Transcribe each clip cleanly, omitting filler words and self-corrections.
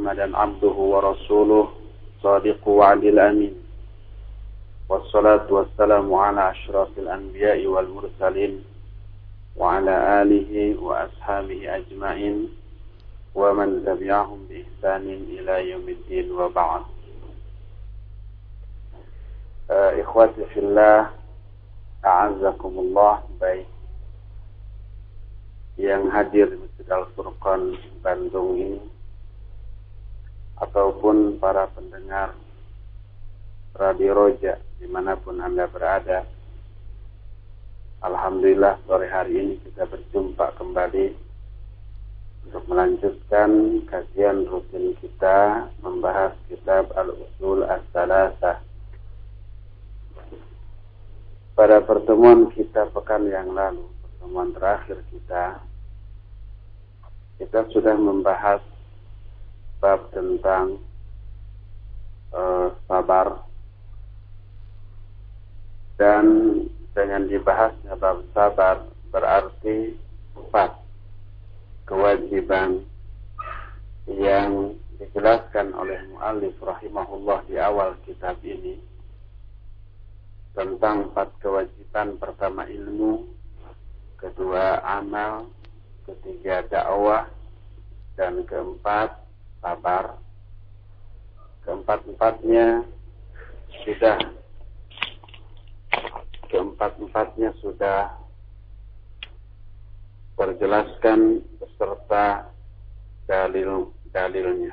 محمدا عبده ورسوله صادق وعد الأمين والصلاة والسلام على أشرف الأنبياء والمرسلين وعلى آله وأصحابه أجمعين ومن تبعهم بإحسان إلى يوم الدين وبعد. Ikhwati fillah, a'azzakumullah, baik yang hadir di Masjid Al-Furqan Bandung ini ataupun para pendengar Radio Roja dimanapun Anda berada. Alhamdulillah sore hari ini kita berjumpa kembali untuk melanjutkan kajian rutin kita membahas kitab Al-Usul As-Salasah. Pada pertemuan kita pekan yang lalu, pertemuan terakhir kita sudah membahas bab tentang sabar, dan dengan dibahasnya bab sabar berarti 4 kewajiban yang dijelaskan oleh muallif rahimahullah di awal kitab ini. Tentang 4 kewajiban: pertama ilmu, kedua amal, ketiga dakwah, dan keempat sabar. Keempat-empatnya sudah terjelaskan beserta dalil-dalilnya.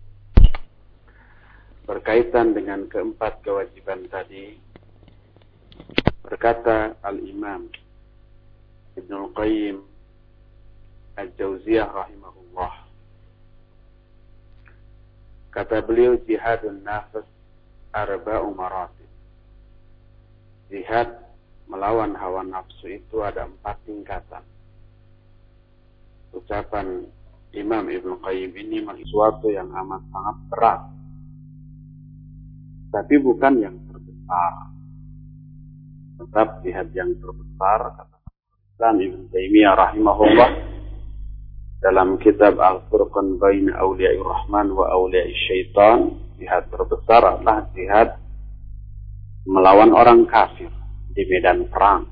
Berkaitan dengan keempat kewajiban tadi, berkata Al-Imam Ibnul Qayyim Al-Jauziyah rahimahullah, kata beliau, jihadun nafs arba'u maratib. Jihad melawan hawa nafsu itu ada 4 tingkatan. Ucapan Imam Ibnul Qayyim ini sesuatu yang amat sangat berat, tapi bukan yang terbesar. Tetap jihad yang terbesar, kata Islam Ibn Taimiyah rahimahullah dalam kitab Al-Furqan Baina Awliya'ir Rahman wa Awliya'is Syaitan, jihad terbesar adalah jihad melawan orang kafir di medan perang.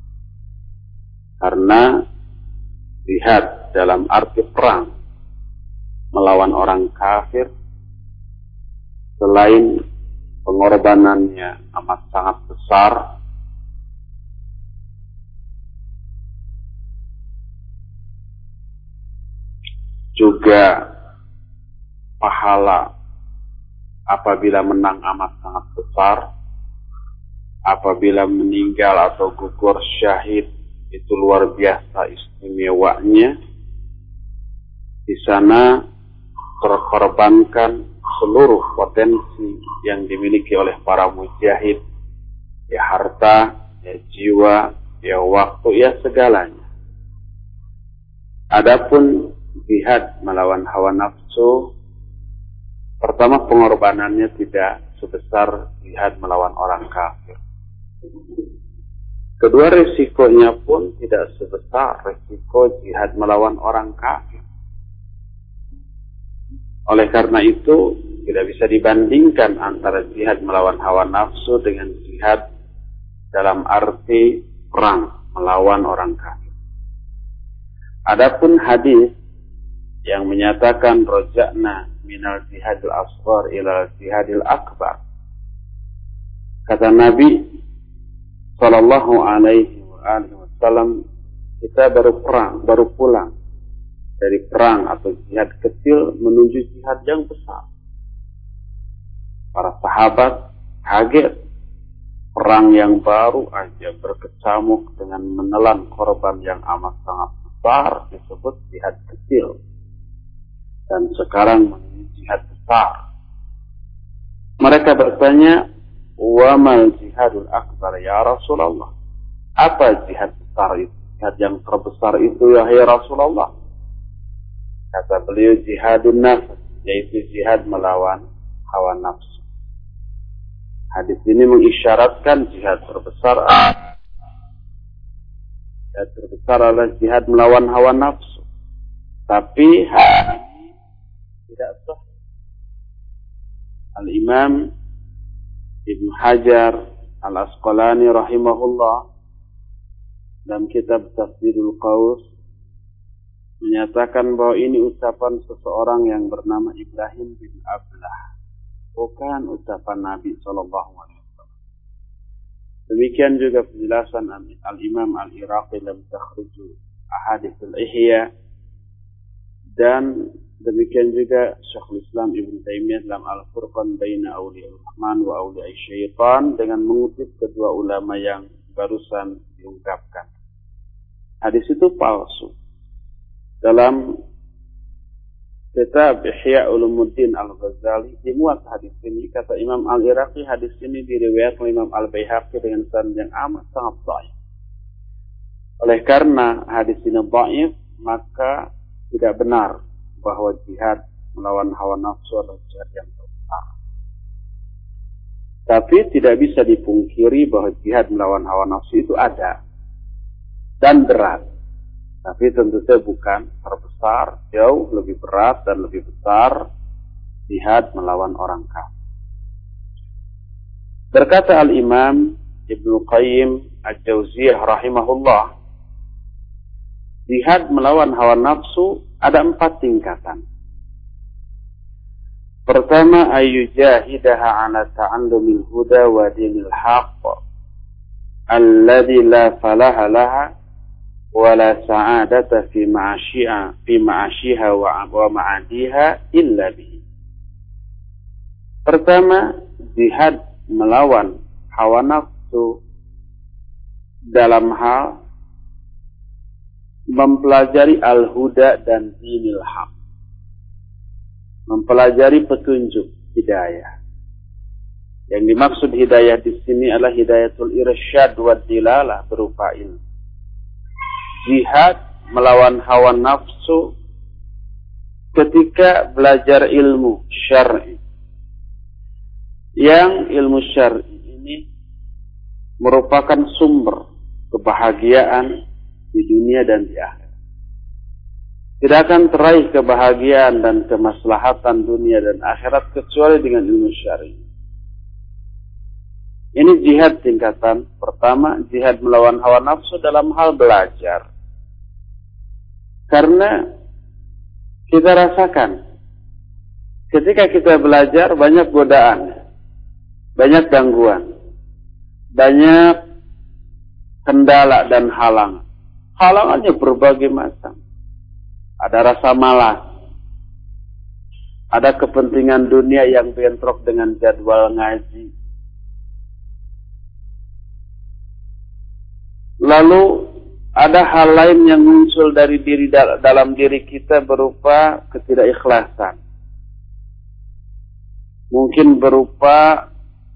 Karena jihad dalam arti perang melawan orang kafir, selain pengorbanannya amat sangat besar, juga pahala apabila menang amat sangat besar. Apabila meninggal atau gugur syahid, itu luar biasa istimewanya. Di sana terkorbankan seluruh potensi yang dimiliki oleh para mujahid, ya harta, ya jiwa, ya waktu, ya segalanya. Adapun jihad melawan hawa nafsu, pertama pengorbanannya tidak sebesar jihad melawan orang kafir. Kedua, resikonya pun tidak sebesar resiko jihad melawan orang kafir. Oleh karena itu, tidak bisa dibandingkan antara jihad melawan hawa nafsu dengan jihad dalam arti perang melawan orang kafir. Adapun hadis yang menyatakan roja'na minal jihadil asghar ilal jihadil akbar, kata Nabi sallallahu alaihi wasallam, kita baru pulang dari perang atau jihad kecil menuju jihad yang besar. Para sahabat kaget, perang yang baru aja berkecamuk dengan menelan korban yang amat sangat besar disebut jihad kecil, dan sekarang menuju jihad besar. Mereka bertanya, wa mal jihadul akbar ya Rasulullah? Apa jihad besar itu? Jihad yang terbesar itu ya Rasulullah? Kata beliau, jihadun nafs, yaitu jihad melawan hawa nafsu. Hadis ini mengisyaratkan jihad terbesar adalah jihad melawan hawa nafsu. Tapi hadis ini tidak sahih. Al-Imam Ibnu Hajar Al-Asqalani rahimahullah dalam kitab Tafsirul Qaus menyatakan bahwa ini ucapan seseorang yang bernama Ibrahim bin Ablah, bukan ucapan Nabi SAW. Demikian juga penjelasan Al-Imam Al-Iraqi dalam Takhriju Ahaditsul Ihya, dan demikian juga Syekhul Islam Ibn Taimiyah dalam Al-Furqan Baina Awliya'ir Rahman wa Awliya'ish Syaitan dengan mengutip kedua ulama yang barusan diungkapkan. Hadis itu palsu. Dalam kitab Ihya Ulumuddin Al-Ghazali dimuat hadis ini, kata Imam Al-Iraqi, hadis ini diriwayatkan oleh Imam Al-Baihaqi dengan sanad yang amat sangat dhaif. Oleh karena hadis ini dhaif, maka tidak benar bahwa jihad melawan hawa nafsu adalah jihad yang terbesar. Tapi tidak bisa dipungkiri bahwa jihad melawan hawa nafsu itu ada dan berat. Tapi tentu saja bukan terbesar, jauh lebih berat dan lebih besar jihad melawan orang kafir. Berkata Al-Imam Ibnu Qayyim Al-Jauziyah rahimahullah, jihad melawan hawa nafsu ada 4 tingkatan. Pertama, ayyujahidaha ala ta'allumil huda wa dinil haqq alladhi la falaha laha wa la sa'adata fi ma'ashiha wa ma'adiha illa bihi. Pertama, jihad melawan hawa nafsu dalam hal mempelajari al-huda dan dinil haq, mempelajari petunjuk hidayah. Yang dimaksud hidayah di sini adalah hidayatul irsyad wa dilalah berupa ilmu. Jihad melawan hawa nafsu ketika belajar ilmu syar'i. Yang ilmu syar'i ini merupakan sumber kebahagiaan di dunia dan di akhirat. Tidak akan teraih kebahagiaan dan kemaslahatan dunia dan akhirat kecuali dengan ilmu syar'i. Ini jihad tingkatan pertama, jihad melawan hawa nafsu dalam hal belajar. Karena kita rasakan ketika kita belajar banyak godaan, banyak gangguan, banyak kendala dan halangan. Halangannya berbagai macam. Ada rasa malas, ada kepentingan dunia yang bentrok dengan jadwal ngaji. Lalu ada hal lain yang muncul dari dalam diri kita berupa ketidakikhlasan. Mungkin berupa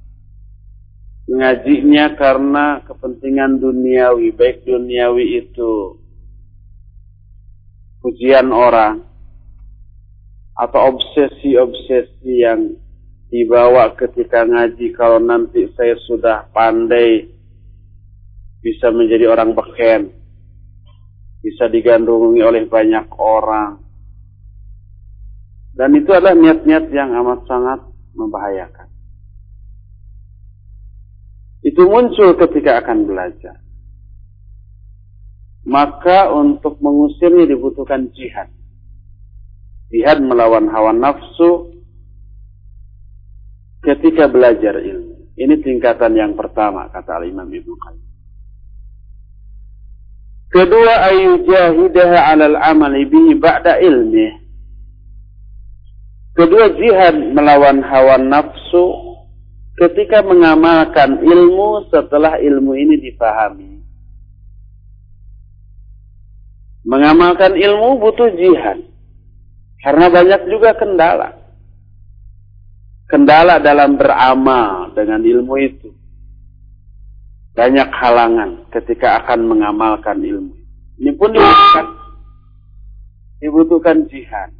ngajinya karena kepentingan duniawi, baik duniawi itu pujian orang atau obsesi-obsesi yang dibawa ketika ngaji, kalau nanti saya sudah pandai bisa menjadi orang beken, bisa digandrungi oleh banyak orang. Dan itu adalah niat-niat yang amat sangat membahayakan. Itu muncul ketika akan belajar. Maka untuk mengusirnya dibutuhkan jihad. Jihad melawan hawa nafsu ketika belajar ilmu. Ini tingkatan yang pertama, kata Al-Imam Ibnu Qayyim. Kedua, ayyujahidaha 'alal 'amali bihi ba'da ilmih. Kedua, jihad melawan hawa nafsu ketika mengamalkan ilmu setelah ilmu ini dipahami. Mengamalkan ilmu butuh jihad. Karena banyak juga kendala. Kendala dalam beramal dengan ilmu itu. Banyak halangan ketika akan mengamalkan ilmu. Ini pun dibutuhkan jihad.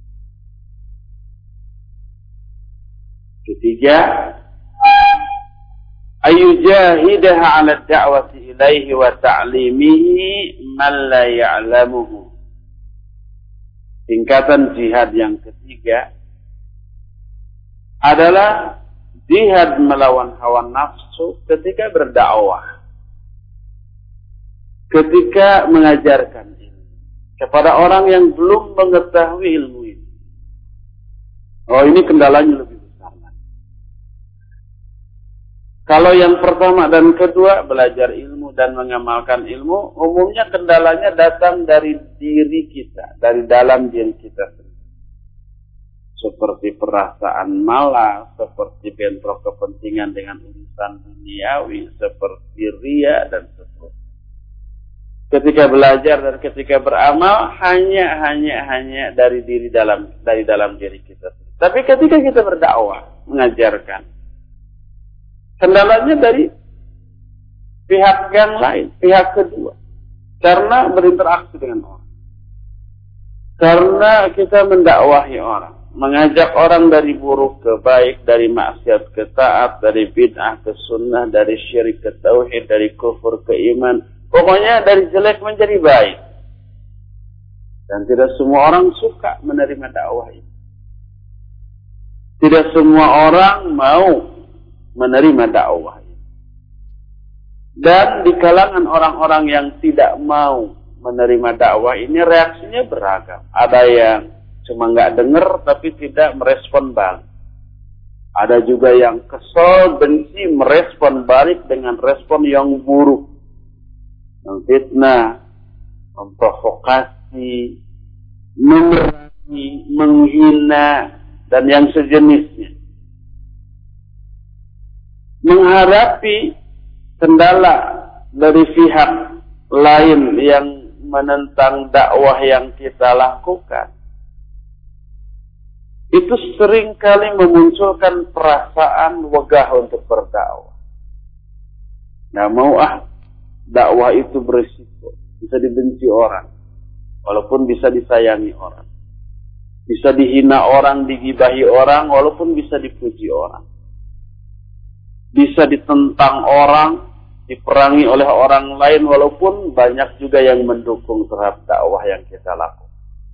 Ketiga, ayyujahidaha 'ala da'wati ilaihi wa ta'limihi man la ya'lamuhu. Tingkatan jihad yang ketiga, adalah jihad melawan hawa nafsu ketika berdakwah, ketika mengajarkan ilmu kepada orang yang belum mengetahui ilmu ini. Oh, ini kendalanya lebih besar. Kalau yang pertama dan kedua, belajar ilmu dan mengamalkan ilmu, umumnya kendalanya datang dari diri kita, dari dalam diri kita sendiri. Seperti perasaan malas, seperti bentrok kepentingan dengan urusan duniawi, seperti ria dan seterusnya. Ketika belajar dan ketika beramal hanya dari dalam diri kita. Tapi ketika kita berdakwah, mengajarkan, kendalanya dari pihak yang lain, pihak kedua. Karena berinteraksi dengan orang. Karena kita mendakwahi orang, mengajak orang dari buruk ke baik, dari maksiat ke taat, dari bid'ah ke sunnah, dari syirik ke tauhid, dari kufur ke iman. Pokoknya dari jelek menjadi baik. Dan tidak semua orang suka menerima dakwah ini. Tidak semua orang mau menerima dakwah ini. Dan di kalangan orang-orang yang tidak mau menerima dakwah ini reaksinya beragam. Ada yang cuma nggak dengar tapi tidak merespon balik. Ada juga yang kesal, benci, merespon balik dengan respon yang buruk. Memfitnah, memprovokasi, memerangi, menghina, dan yang sejenisnya. Menghadapi kendala dari pihak lain yang menentang dakwah yang kita lakukan, itu seringkali memunculkan perasaan wegah untuk berdakwah. Nggak mau dakwah itu berisiko, bisa dibenci orang, walaupun bisa disayangi orang. Bisa dihina orang, digibahi orang, walaupun bisa dipuji orang. Bisa ditentang orang, diperangi oleh orang lain, walaupun banyak juga yang mendukung terhadap dakwah yang kita lakukan.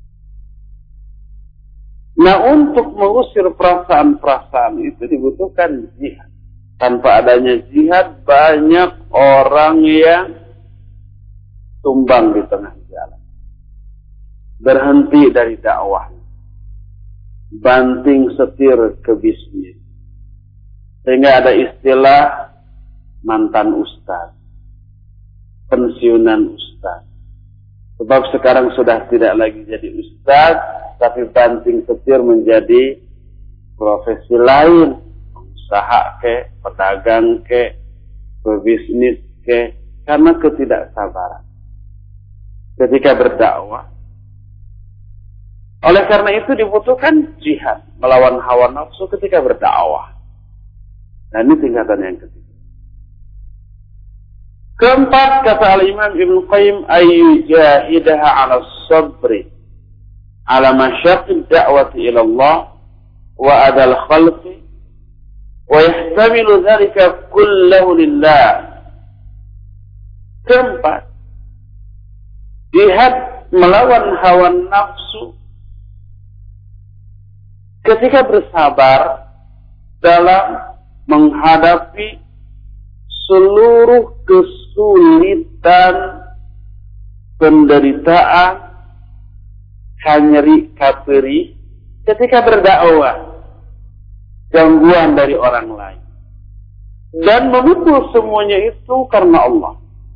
Nah, untuk mengusir perasaan-perasaan itu dibutuhkan jihad. Tanpa adanya jihad, banyak orang yang tumbang di tengah jalan. Berhenti dari dakwah. Banting setir ke bisnis. Sehingga ada istilah mantan ustaz. Pensiunan ustaz. Sebab sekarang sudah tidak lagi jadi ustaz, tapi banting setir menjadi profesi lain. Usaha ke, pedagang ke, berbisnis ke, karena ketidaksabaran ketika berdakwah. Oleh karena itu dibutuhkan jihad melawan hawa nafsu ketika berdakwah. Dan ini tingkatan yang ketiga. Keempat, kata Al-Imam Ibn Qayyim, ayyujahidaha ala sabri ala masyaqid da'wati ila Allah wa adal khalqi wa yahtamilu dhalika kullahu lillah. Keempat, jihad melawan hawa nafsu ketika bersabar dalam menghadapi seluruh kesulitan, penderitaan, kanyeri, kaperi ketika berdakwah, gangguan dari orang lain, dan memikul semuanya itu karena Allah.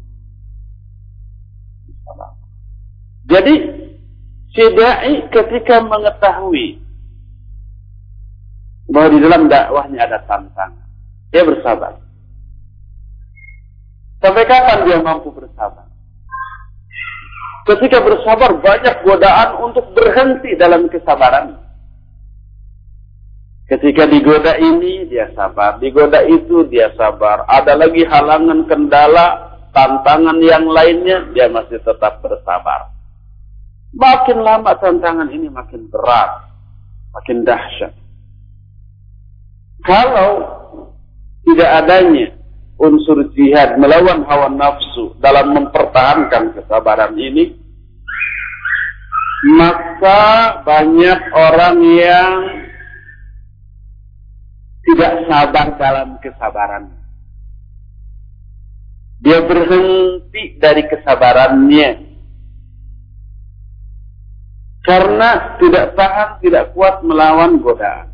Jadi si dai ketika mengetahui bahwa di dalam dakwahnya ada tantangan, dia bersabar. Sampai kapan dia mampu bersabar? Ketika bersabar, banyak godaan untuk berhenti dalam kesabaran. Ketika digoda ini, dia sabar. Digoda itu, dia sabar. Ada lagi halangan, kendala, tantangan yang lainnya, dia masih tetap bersabar. Makin lama tantangan ini makin berat, makin dahsyat. Kalau tidak adanya unsur jihad melawan hawa nafsu dalam mempertahankan kesabaran ini, maka banyak orang yang tidak sabar dalam kesabaran. Dia berhenti dari kesabarannya karena tidak tahan, tidak kuat melawan godaan.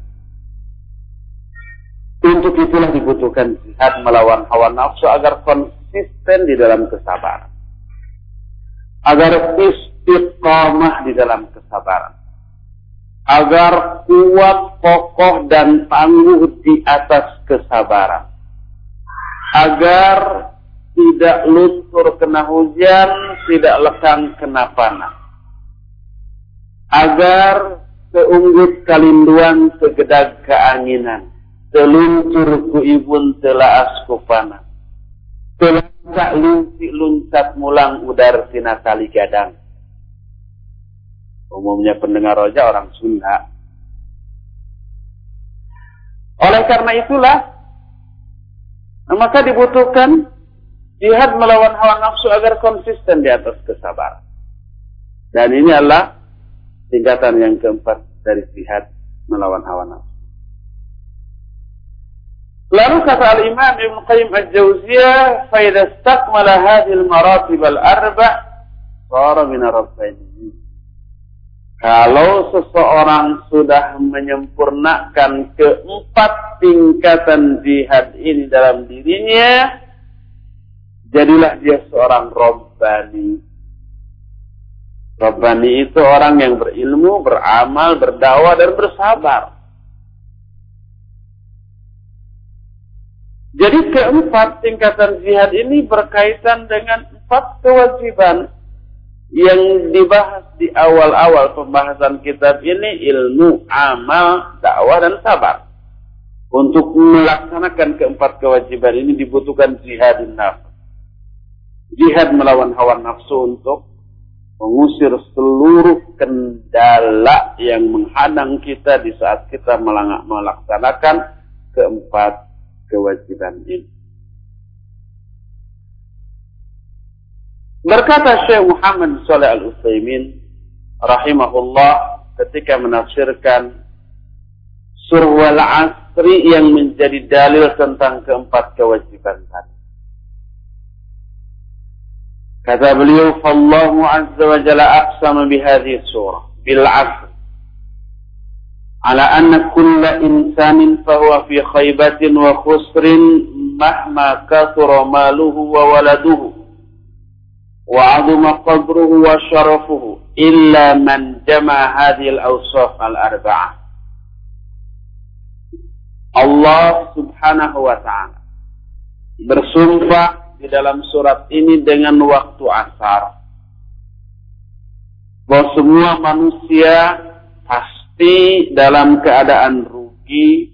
Untuk itulah dibutuhkan jihad melawan hawa nafsu agar konsisten di dalam kesabaran, agar istiqamah di dalam kesabaran, agar kuat, kokoh dan tangguh di atas kesabaran, agar tidak luntur kena hujan, tidak lekang kena panas, agar seunggut kalinduan segedag keanginan, teluncur ku ibun telaas ku panas, telacak lunci luncat mulang udar tina kali gadang. Umumnya pendengar roja orang Sunda. Oleh karena itulah, maka dibutuhkan jihad melawan hawa nafsu agar konsisten di atas kesabaran. Dan ini adalah tingkatan yang keempat dari jihad melawan hawa nafsu. Lalu kata Al-Imam Ibn Qayyim Al-Jawziyah, فَإِذَا اسْتَكْمَلَ هَذِهِ الْمَرَاتِبَ الْأَرْبَعِ صَارَ مِنَ الرَّبَّانِيِّينَ. Kalau seseorang sudah menyempurnakan keempat tingkatan jihad ini dalam dirinya, jadilah dia seorang Rabbani. Rabbani itu orang yang berilmu, beramal, berdakwah, dan bersabar. Jadi keempat tingkatan jihad ini berkaitan dengan 4 kewajiban yang dibahas di awal-awal pembahasan kitab ini: ilmu, amal, dakwah, dan sabar. Untuk melaksanakan keempat kewajiban ini dibutuhkan jihadun nafs. Jihad melawan hawa nafsu untuk mengusir seluruh kendala yang menghadang kita di saat kita melaksanakan keempat kewajiban ini. Berkata Syekh Muhammad Shalih Al-Utsaimin rahimahullah ketika menafsirkan surah Al-Asri yang menjadi dalil tentang keempat kewajiban tadi. Kata beliau, "Fallahu azza wa jalla aqsama bihadhihi surah bil 'asr ala anna kulla insanin fahuwa fi khaybatin wa khusrin mahma kathura maluhu wa waladuhu wa 'azama qadruhu wa sharafuhu illa man jama'a hadhihi al-awsaf al-arba'ah." Allah Subhanahu wa ta'ala bersumpah di dalam surat ini dengan waktu asar bahwa semua manusia pasti dalam keadaan rugi,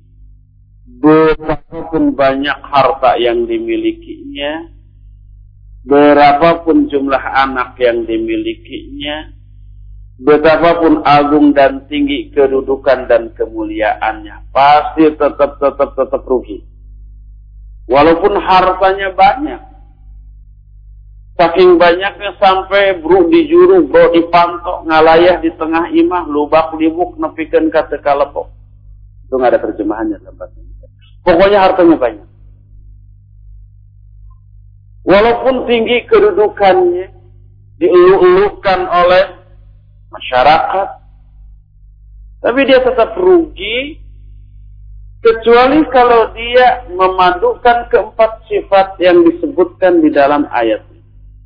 berapapun banyak harta yang dimilikinya, berapapun jumlah anak yang dimilikinya, betapapun agung dan tinggi kedudukan dan kemuliaannya, pasti tetap rugi. Walaupun hartanya banyak, saking banyaknya sampai bro dijuru, bro dipantok, ngalayah di tengah imah, lubak libuk nepikeun ka teu kalepok. Itu nggak ada terjemahannya tempat ini. Pokoknya hartanya banyak. Walaupun tinggi kedudukannya, dieluk-elukkan oleh masyarakat, tapi dia tetap rugi. Kecuali kalau dia memadukan keempat sifat yang disebutkan di dalam ayat ini.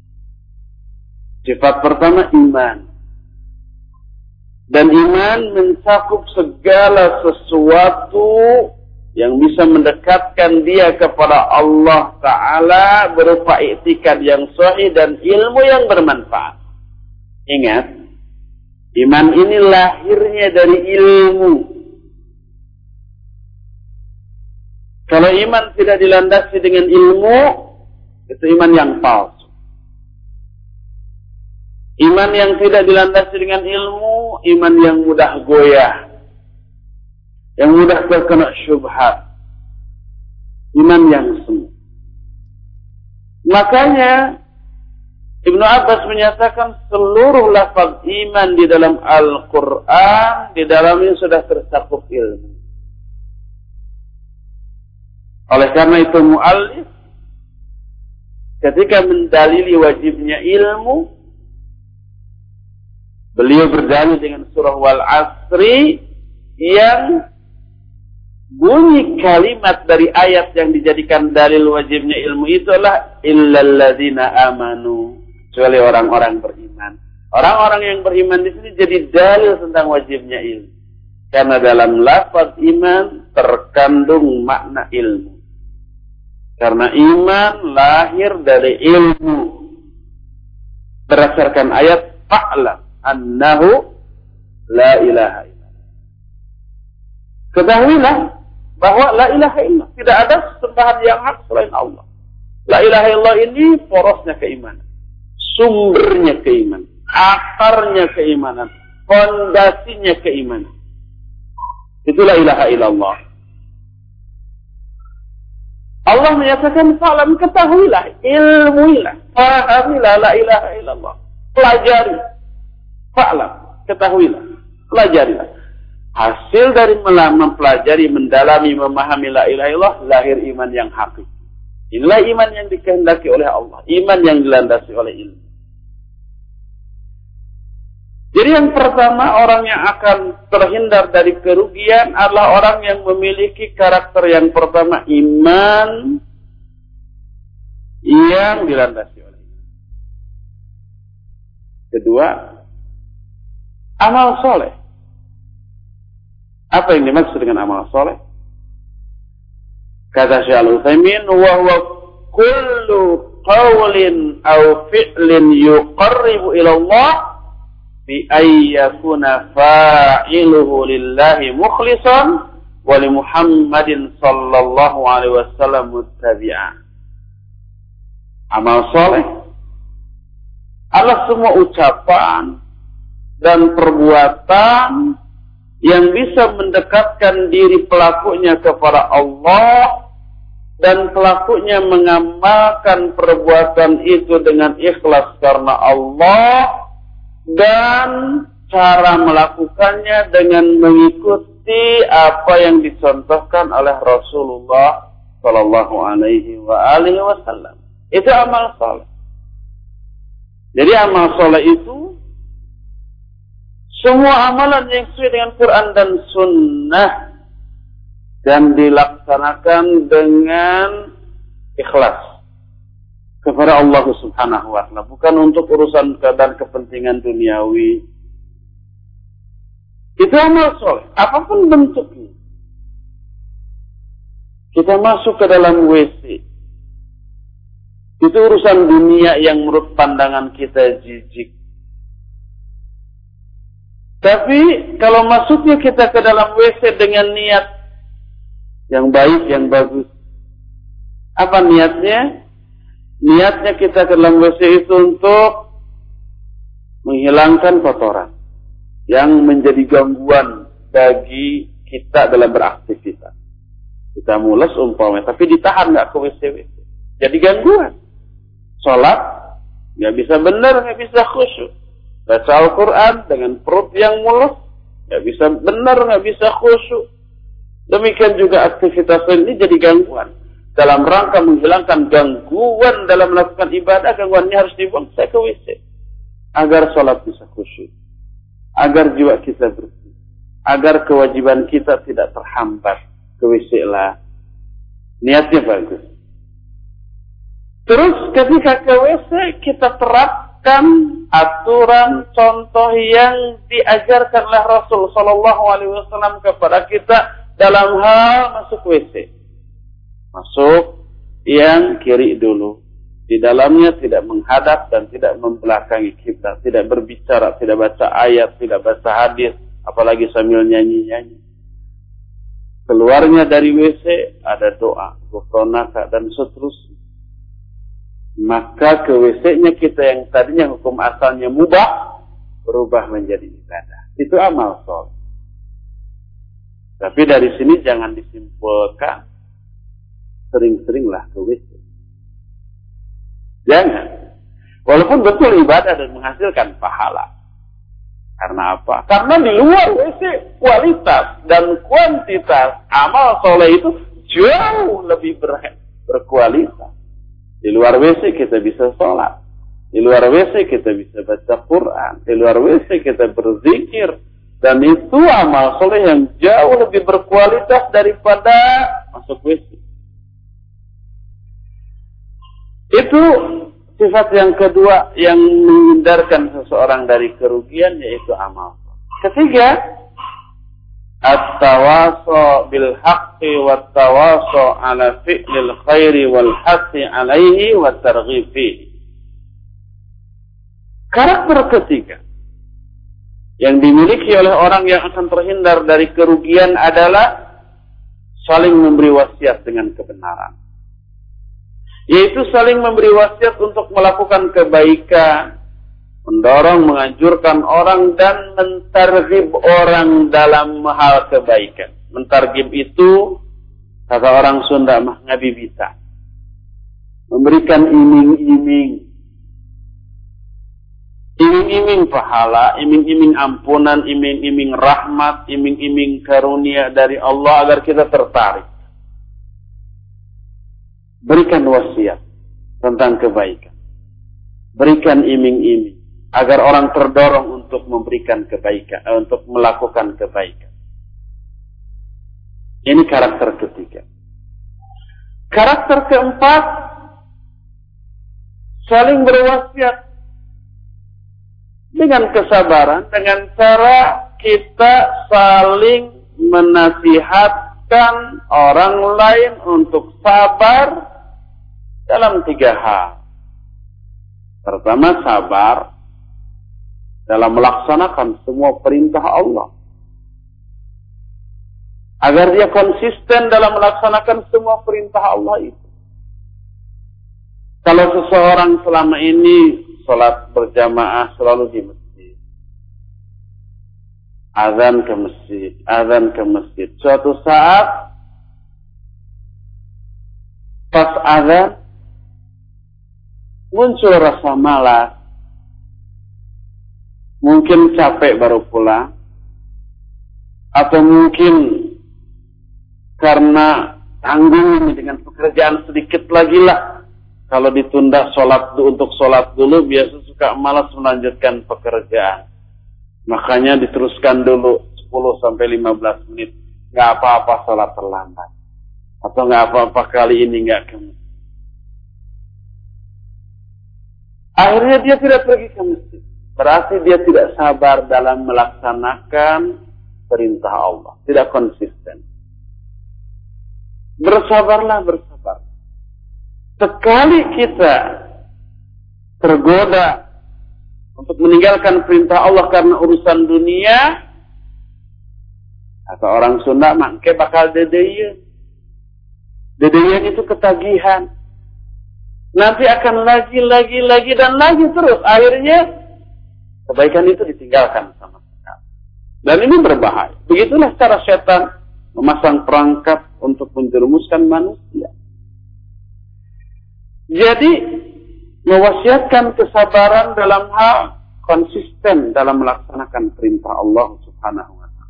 Sifat pertama iman. Dan iman mencakup segala sesuatu yang bisa mendekatkan dia kepada Allah Ta'ala berupa i'tikad yang sahih dan ilmu yang bermanfaat. Ingat, iman ini lahirnya dari ilmu. Kalau iman tidak dilandasi dengan ilmu, itu iman yang palsu. Iman yang tidak dilandasi dengan ilmu, iman yang mudah goyah, yang mudah terkena syubhat, iman yang semu. Makanya Ibnu Abbas menyatakan seluruh lafaz iman di dalam Al-Quran, di dalamnya sudah tercakup ilmu. Oleh karena itu mu'allif ketika mendalili wajibnya ilmu, beliau berdalil dengan surah Wal Asri yang bunyi kalimat dari ayat yang dijadikan dalil wajibnya ilmu itu adalah illal ladzina amanu, kecuali orang-orang beriman. Orang-orang yang beriman di sini jadi dalil tentang wajibnya ilmu. Karena dalam lafaz iman terkandung makna ilmu. Karena iman lahir dari ilmu. Berdasarkan ayat fa'lam annahu la ilaha illallah. Ketahuilah bahwa la ilaha illallah, tidak ada sembahan yang hak selain Allah. La ilaha illallah ini porosnya keimanan, sumbernya keimanan, akarnya keimanan, fondasinya keimanan. Itu la ilaha illallah. Allah menyatakan fa'lam, ketahuilah, ilmuilah, fahamilah la ilaha illallah. Pelajari. Fa'lam, ketahuilah, pelajarilah. Hasil dari mempelajari, mendalami, memahami la ilaha illallah, lahir iman yang hakiki. Inilah iman yang dikehendaki oleh Allah, iman yang dilandasi oleh ilmu. Jadi yang pertama, orang yang akan terhindar dari kerugian adalah orang yang memiliki karakter yang pertama, iman yang dilandasi oleh ilmu. Kedua, amal soleh. Apa yang dimaksud dengan amal soleh? Kata Syekh Al-Utsaimin, wa huwa kullu qawlin aw fi'lin yuqarribu ila Allah bi ayyakuna fa'iluhu lillahi mukhlishan wa li Muhammadin sallallahu alaihi wasallam muttabi'an. Amal soleh adalah semua ucapan dan perbuatan yang bisa mendekatkan diri pelakunya kepada Allah dan pelakunya mengamalkan perbuatan itu dengan ikhlas karena Allah dan cara melakukannya dengan mengikuti apa yang dicontohkan oleh Rasulullah sallallahu alaihi wasallam. Itu amal soleh. Jadi amal soleh itu semua amalan yang sesuai dengan Quran dan Sunnah dan dilaksanakan dengan ikhlas kepada Allah Subhanahu wa Ta'ala, bukan untuk urusan dan kepentingan duniawi. Itu amal soleh, apapun bentuknya. Kita masuk ke dalam WC, itu urusan dunia yang menurut pandangan kita jijik. Tapi kalau masuknya kita ke dalam WC dengan niat yang baik, yang bagus, apa niatnya? Niatnya kita ke dalam WC itu untuk menghilangkan kotoran yang menjadi gangguan bagi kita dalam beraktivitas. Kita mules umpamanya, tapi ditahan nggak ke WC. Jadi gangguan. Sholat nggak bisa benar, nggak bisa khusyuk. Baca Al-Quran dengan perut yang mulus, nggak bisa benar, nggak bisa khusyuk. Demikian juga aktivitas ini jadi gangguan. Dalam rangka menghilangkan gangguan dalam melakukan ibadah, gangguannya harus dibuang saya ke WC. Agar sholat bisa khusyuk. Agar jiwa kita bersih. Agar kewajiban kita tidak terhambat. Ke WC lah. Niatnya bagus. Terus ketika ke WC, kita terapkan aturan contoh yang diajarkan oleh Rasul Sallallahu Alaihi Wasallam kepada kita dalam hal masuk WC. Masuk yang kiri dulu. Di dalamnya tidak menghadap dan tidak membelakangi kita. Tidak berbicara, tidak baca ayat, tidak baca hadis. Apalagi sambil nyanyi-nyanyi. Keluarnya dari WC ada doa, ghufranaka dan seterusnya. Maka ke WC-nya kita yang tadinya hukum asalnya mubah berubah menjadi ibadah. Itu amal soleh. Tapi dari sini jangan disimpulkan sering-seringlah ke WC. Jangan. Walaupun betul ibadah dan menghasilkan pahala. Karena apa? Karena di luar WC kualitas dan kuantitas amal soleh itu jauh lebih berkualitas. Di luar WC kita bisa sholat. Di luar WC kita bisa baca Quran. Di luar WC kita berzikir. Dan itu amal soleh yang jauh lebih berkualitas daripada masuk WC. Itu sifat yang kedua yang menghindarkan seseorang dari kerugian, yaitu amal. Ketiga, at-tawaso bil haqqi wat tawaso ala fi'lil khairi wal hasi alaihi wat targhibi. Karakter ketiga yang dimiliki oleh orang yang akan terhindar dari kerugian adalah saling memberi wasiat dengan kebenaran. Yaitu saling memberi wasiat untuk melakukan kebaikan, mendorong, menganjurkan orang, dan mentarghib orang dalam hal kebaikan. Mentarghib itu, kata orang Sunda mah ngabibita. Memberikan iming-iming. Iming-iming pahala, iming-iming ampunan, iming-iming rahmat, iming-iming karunia dari Allah agar kita tertarik. Berikan wasiat tentang kebaikan. Berikan iming-iming agar orang terdorong untuk memberikan kebaikan, untuk melakukan kebaikan. Ini karakter ketiga. Karakter keempat, saling berwasiat dengan kesabaran, dengan cara kita saling menasihatkan orang lain untuk sabar dalam 3 hal. Pertama, sabar dalam melaksanakan semua perintah Allah. Agar dia konsisten dalam melaksanakan semua perintah Allah itu. Kalau seseorang selama ini sholat berjamaah selalu di masjid, azan ke masjid, azan ke masjid. Suatu saat pas azan muncul rasa malas, mungkin capek baru pulang, atau mungkin karena tanggung dengan pekerjaan sedikit lagi lah. Kalau ditunda sholat untuk sholat dulu, biasa suka malas melanjutkan pekerjaan. Makanya diteruskan dulu 10-15 menit. Gak apa-apa sholat terlambat. Atau gak apa-apa kali ini gak ke masjid. Akhirnya dia tidak pergi ke masjid. Berarti dia tidak sabar dalam melaksanakan perintah Allah. Tidak konsisten. Bersabarlah, bersabar. Sekali kita tergoda untuk meninggalkan perintah Allah karena urusan dunia, kata orang Sunda, mangke bakal dedeyeun. Dedeyeun itu ketagihan. Nanti akan lagi dan lagi terus. Akhirnya kebaikan itu ditinggalkan sama sekali. Dan ini berbahaya. Begitulah cara setan memasang perangkap untuk menjerumuskan manusia. Jadi mewasiatkan kesabaran dalam hal konsisten dalam melaksanakan perintah Allah Subhanahu wa taala.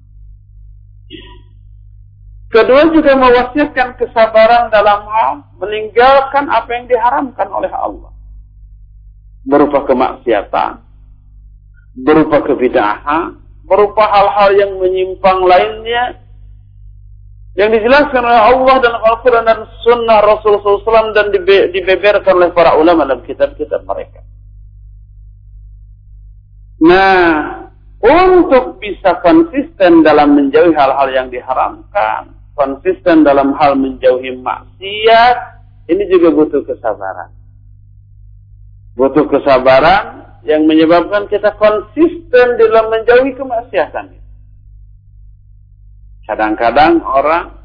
Kedua, juga mewasiatkan kesabaran dalam hal meninggalkan apa yang diharamkan oleh Allah. Berupa kemaksiatan, berupa kebid'ahan, berupa hal-hal yang menyimpang lainnya, yang dijelaskan oleh Allah dan Al-Quran dan Sunnah Rasulullah SAW dan dibeberkan oleh para ulama dalam kitab-kitab mereka. Nah, untuk bisa konsisten dalam menjauhi hal-hal yang diharamkan, konsisten dalam hal menjauhi maksiat, ini juga butuh kesabaran. Butuh kesabaran yang menyebabkan kita konsisten dalam menjauhi kemaksiatan. Kadang-kadang orang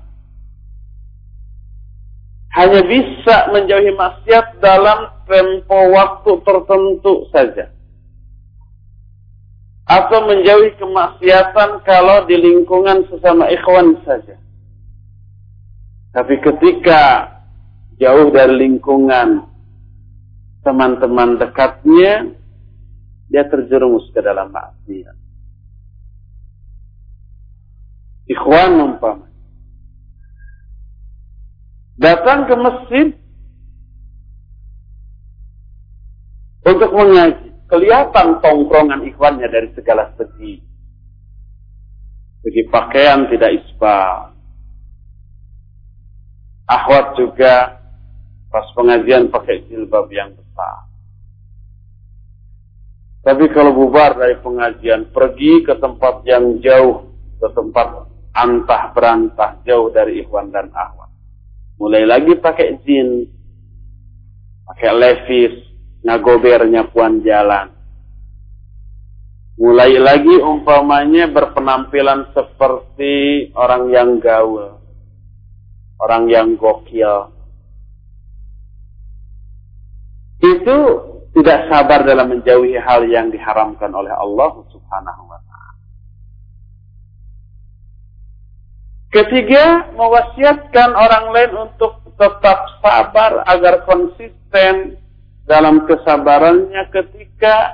hanya bisa menjauhi maksiat dalam tempo waktu tertentu saja. Atau menjauhi kemaksiatan kalau di lingkungan sesama ikhwan saja. Tapi ketika jauh dari lingkungan teman-teman dekatnya, dia terjerumus ke dalam maksiat. Ikhwan umpama datang ke masjid untuk mengaji. Kelihatan tongkrongan ikhwannya dari segala segi. Segi pakaian tidak isbal. Akhwat juga pas pengajian pakai jilbab yang besar. Tapi kalau bubar dari pengajian, pergi ke tempat yang jauh, ke tempat antah berantah, jauh dari ikhwan dan akhwat. Mulai lagi pakai jeans, pakai levis, ngagobernya puan jalan. Mulai lagi umpamanya berpenampilan seperti orang yang gaul, orang yang gokil. Itu tidak sabar dalam menjauhi hal yang diharamkan oleh Allah Subhanahu wa ta'ala. Ketiga, mewasiatkan orang lain untuk tetap sabar agar konsisten dalam kesabarannya ketika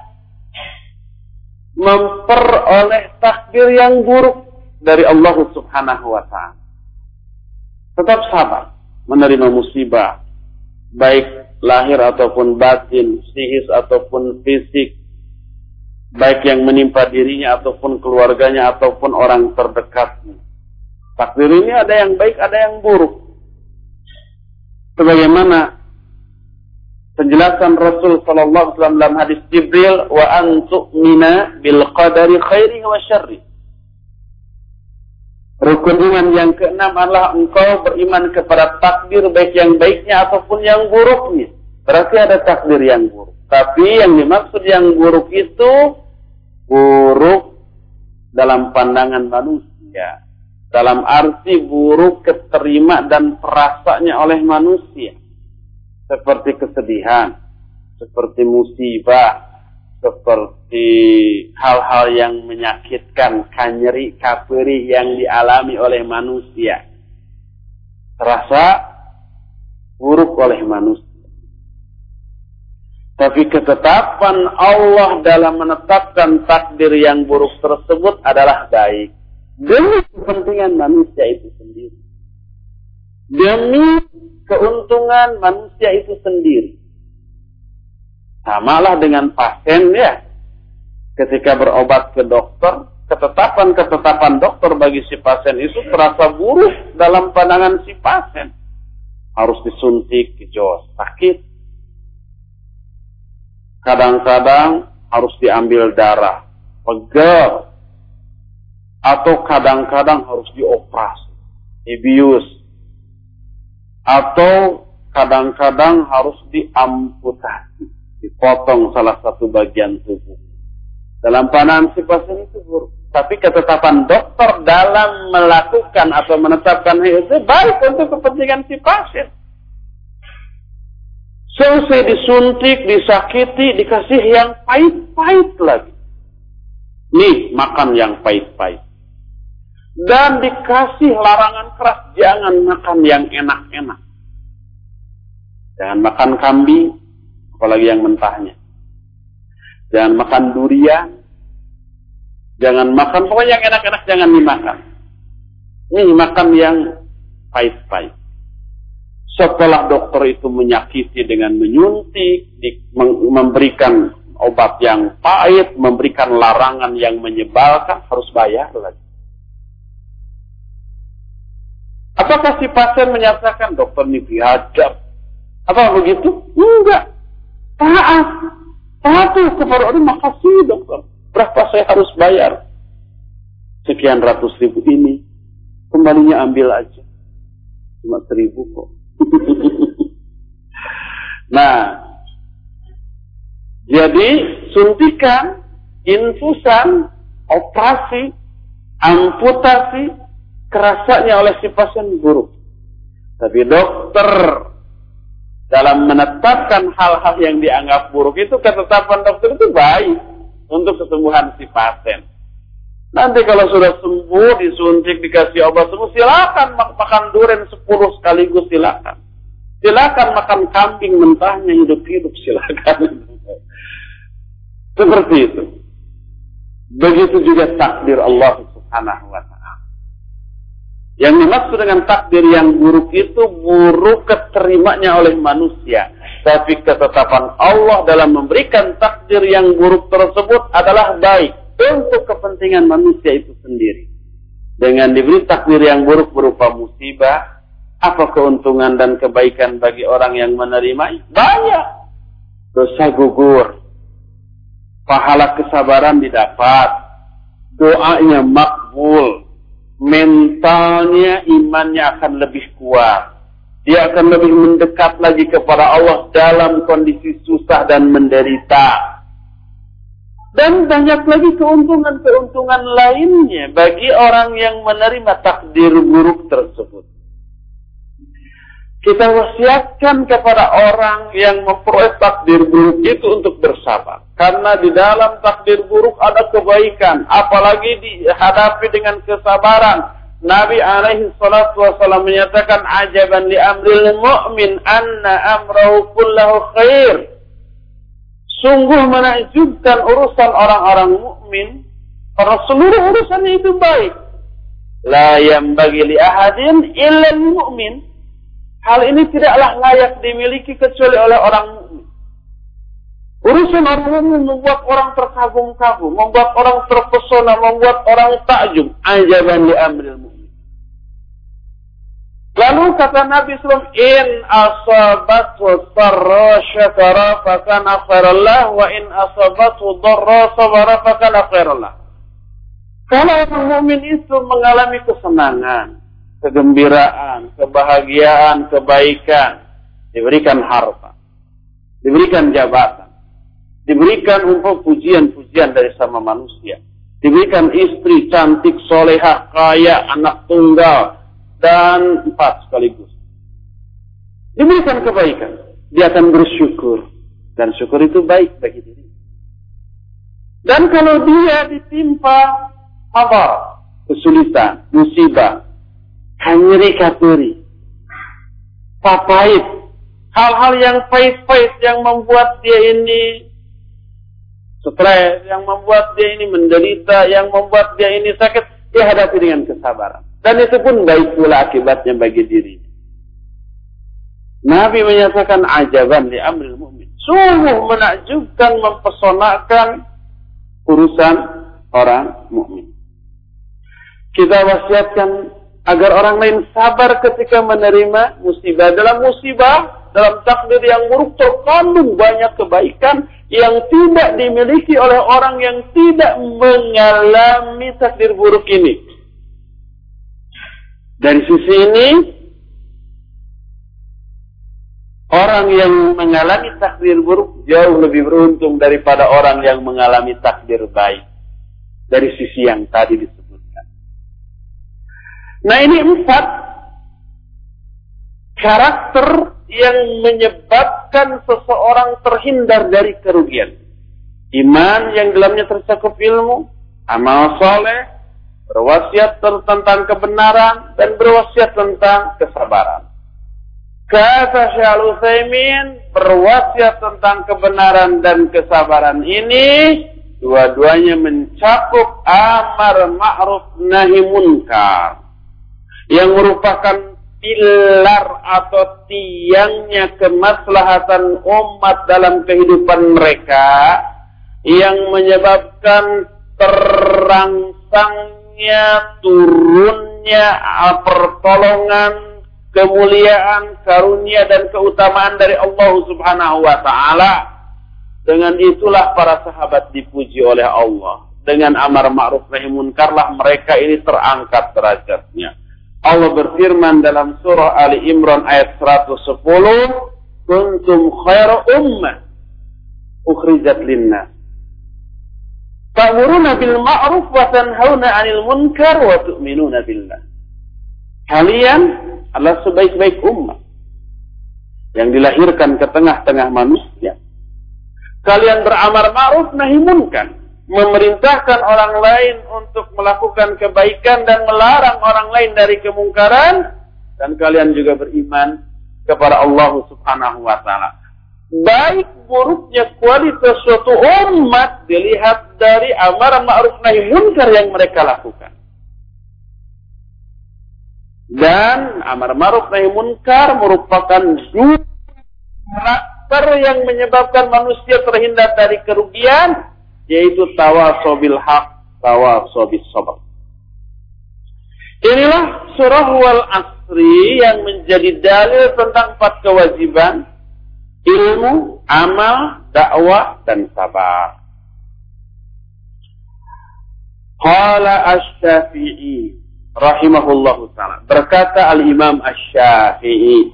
memperoleh takdir yang buruk dari Allah Subhanahu wa ta'ala. Tetap sabar menerima musibah, baik lahir ataupun batin, psikis ataupun fisik, baik yang menimpa dirinya ataupun keluarganya ataupun orang terdekatnya. Takdir ini ada yang baik, ada yang buruk. Sebagaimana penjelasan Rasul sallallahu alaihi wasallam dalam hadis Jibril, wa an tu'mina bil qadari khairihi wa syarrihi. Rukun iman yang keenam adalah engkau beriman kepada takdir baik yang baiknya ataupun yang buruknya. Berarti ada takdir yang buruk. Tapi yang dimaksud yang buruk itu buruk dalam pandangan manusia. Dalam arti buruk keterima dan terasanya oleh manusia. Seperti kesedihan, seperti musibah, seperti hal-hal yang menyakitkan, kanyeri, kaperi yang dialami oleh manusia. Terasa buruk oleh manusia. Tapi ketetapan Allah dalam menetapkan takdir yang buruk tersebut adalah baik. Demi kepentingan manusia itu sendiri. Demi keuntungan manusia itu sendiri. Samalah dengan pasien ya. Ketika berobat ke dokter, ketetapan dokter bagi si pasien itu terasa buruk dalam pandangan si pasien. Harus disuntik, jos, sakit. Kadang-kadang harus diambil darah, pegel. Atau kadang-kadang harus dioperasi, dibius. Atau kadang-kadang harus diamputasi, dipotong salah satu bagian tubuh. Dalam pandangan si pasien itu buruk. Tapi ketetapan dokter dalam melakukan atau menetapkan itu baik untuk kepentingan si pasien. Selesai disuntik, disakiti, dikasih yang pahit-pahit lagi. Nih, makan yang pahit-pahit. Dan dikasih larangan keras, jangan makan yang enak-enak. Jangan makan kambing, apalagi yang mentahnya. Jangan makan durian. Jangan makan, pokoknya yang enak-enak jangan dimakan. Ini makan yang pahit-pahit. Setelah dokter itu menyakiti dengan menyuntik, memberikan obat yang pahit, memberikan larangan yang menyebalkan, harus bayar lagi. Apakah si pasien menyatakan dokter ini biadab? Apa begitu? Enggak. Taat. Patuh kepada orang, makasih dokter. Berapa saya harus bayar? Sekian ratus ribu ini. Kembalinya ambil aja. Cuma 1.000 kok. Nah, jadi suntikan, infusan, operasi, amputasi, kerasanya oleh si pasien buruk. Tapi dokter dalam menetapkan hal-hal yang dianggap buruk itu, ketetapan dokter itu baik untuk kesembuhan si pasien. Nanti kalau sudah sembuh, disuntik, dikasih obat sembuh, silakan makan durian 10 sekaligus, silakan. Silakan makan kambing mentahnya hidup-hidup, silakan. Seperti itu. Begitu juga takdir Allah Subhanahu wa ta'ala. Yang dimaksud dengan takdir yang buruk itu buruk keterimanya oleh manusia. Tapi ketetapan Allah dalam memberikan takdir yang buruk tersebut adalah baik untuk kepentingan manusia itu sendiri. Dengan diberi takdir yang buruk berupa musibah, apa keuntungan dan kebaikan bagi orang yang menerima? Banyak. Dosa gugur, pahala kesabaran didapat, doanya makbul, mentalnya, imannya akan lebih kuat. Dia akan lebih mendekat lagi kepada Allah dalam kondisi susah dan menderita. Dan banyak lagi keuntungan-keuntungan lainnya bagi orang yang menerima takdir buruk tersebut. Kita wasiatkan kepada orang yang memperoleh takdir buruk itu untuk bersabar. Karena di dalam takdir buruk ada kebaikan. Apalagi dihadapi dengan kesabaran. Nabi alaihi salatu wasallam menyatakan, ajaban li amril mu'min anna amrahu kullahu khair. Sungguh menakjubkan urusan orang-orang mukmin, karena seluruh urusannya itu baik. La yambagi li ahadin illa al-mu'min. Hal ini tidaklah layak dimiliki kecuali oleh orang mukmin. Urusan orang mukmin membuat orang terkagum-kagum, membuat orang terpesona, membuat orang takjub. Ajaban li amril mu'min. Lalu kata Nabi SAW, in asabathu sarra syakara fakana khairallah, wa in asabathu dharra sabara fakana khairallah. Kalau orang mukmin itu mengalami kesenangan, kegembiraan, kebahagiaan, kebaikan, diberikan harta, diberikan jabatan, diberikan umpah pujian-pujian dari sama manusia, diberikan istri cantik, solehah, kaya, anak tunggal, dan 4 sekaligus. Diberikan kebaikan, dia akan bersyukur, dan syukur itu baik bagi diri. Dan kalau dia ditimpa sabar, kesulitan, musibah, nyeri katuri, pahit, hal-hal yang pahit-pahit yang membuat dia ini stres, yang membuat dia ini menderita, yang membuat dia ini sakit, dia hadapi dengan kesabaran. Dan itu pun baik pula akibatnya bagi dirinya. Nabi menyatakan ajaban li amril mu'min. Sungguh menakjubkan, mempesonakan urusan orang mukmin. Kita wasiatkan agar orang lain sabar ketika menerima musibah. Dalam musibah, dalam takdir yang buruk terkandung banyak kebaikan yang tidak dimiliki oleh orang yang tidak mengalami takdir buruk ini. Dari sisi ini, orang yang mengalami takdir buruk jauh lebih beruntung daripada orang yang mengalami takdir baik. Dari sisi yang tadi disebutkan. Nah, ini 4 karakter yang menyebabkan seseorang terhindar dari kerugian. Iman yang dalamnya tercakup ilmu, amal soleh, berwasiat tentang kebenaran, dan berwasiat tentang kesabaran. Kata Syekh Al-Utsaimin, berwasiat tentang kebenaran dan kesabaran ini dua-duanya mencakup amar ma'ruf nahi munkar, yang merupakan pilar atau tiangnya kemaslahatan umat dalam kehidupan mereka, yang menyebabkan terangsangnya, turunnya pertolongan, kemuliaan, karunia, dan keutamaan dari Allah Subhanahu wa ta'ala. Dengan itulah para sahabat dipuji oleh Allah. Dengan amar ma'ruf nahi munkarlah mereka ini terangkat derajatnya. Allah berfirman dalam surah Ali Imran ayat 110, kuntum khaira ummah ukhrijat linnas ta'muruna bil ma'ruf wa tanhauna 'anil munkar wa tu'minuna billah. Kalian adalah sebaik-baik umat yang dilahirkan ke tengah-tengah manusia. Kalian beramar ma'ruf nahi munkar, memerintahkan orang lain untuk melakukan kebaikan dan melarang orang lain dari kemungkaran, dan kalian juga beriman kepada Allah Subhanahu wa ta'ala. Baik buruknya kualitas suatu umat dilihat dari amar ma'ruf nahi munkar yang mereka lakukan. Dan amar ma'ruf nahi munkar merupakan dua karakter yang menyebabkan manusia terhindar dari kerugian, yaitu tawasau bil haq, tawasau bis sabr. Inilah surah Wal Asri yang menjadi dalil tentang 4 kewajiban: ilmu, amal, dakwah, dan sabar. Qala Asy-Syafi'i rahimahullahu ta'ala. Berkata Al-Imam Asy-Syafi'i.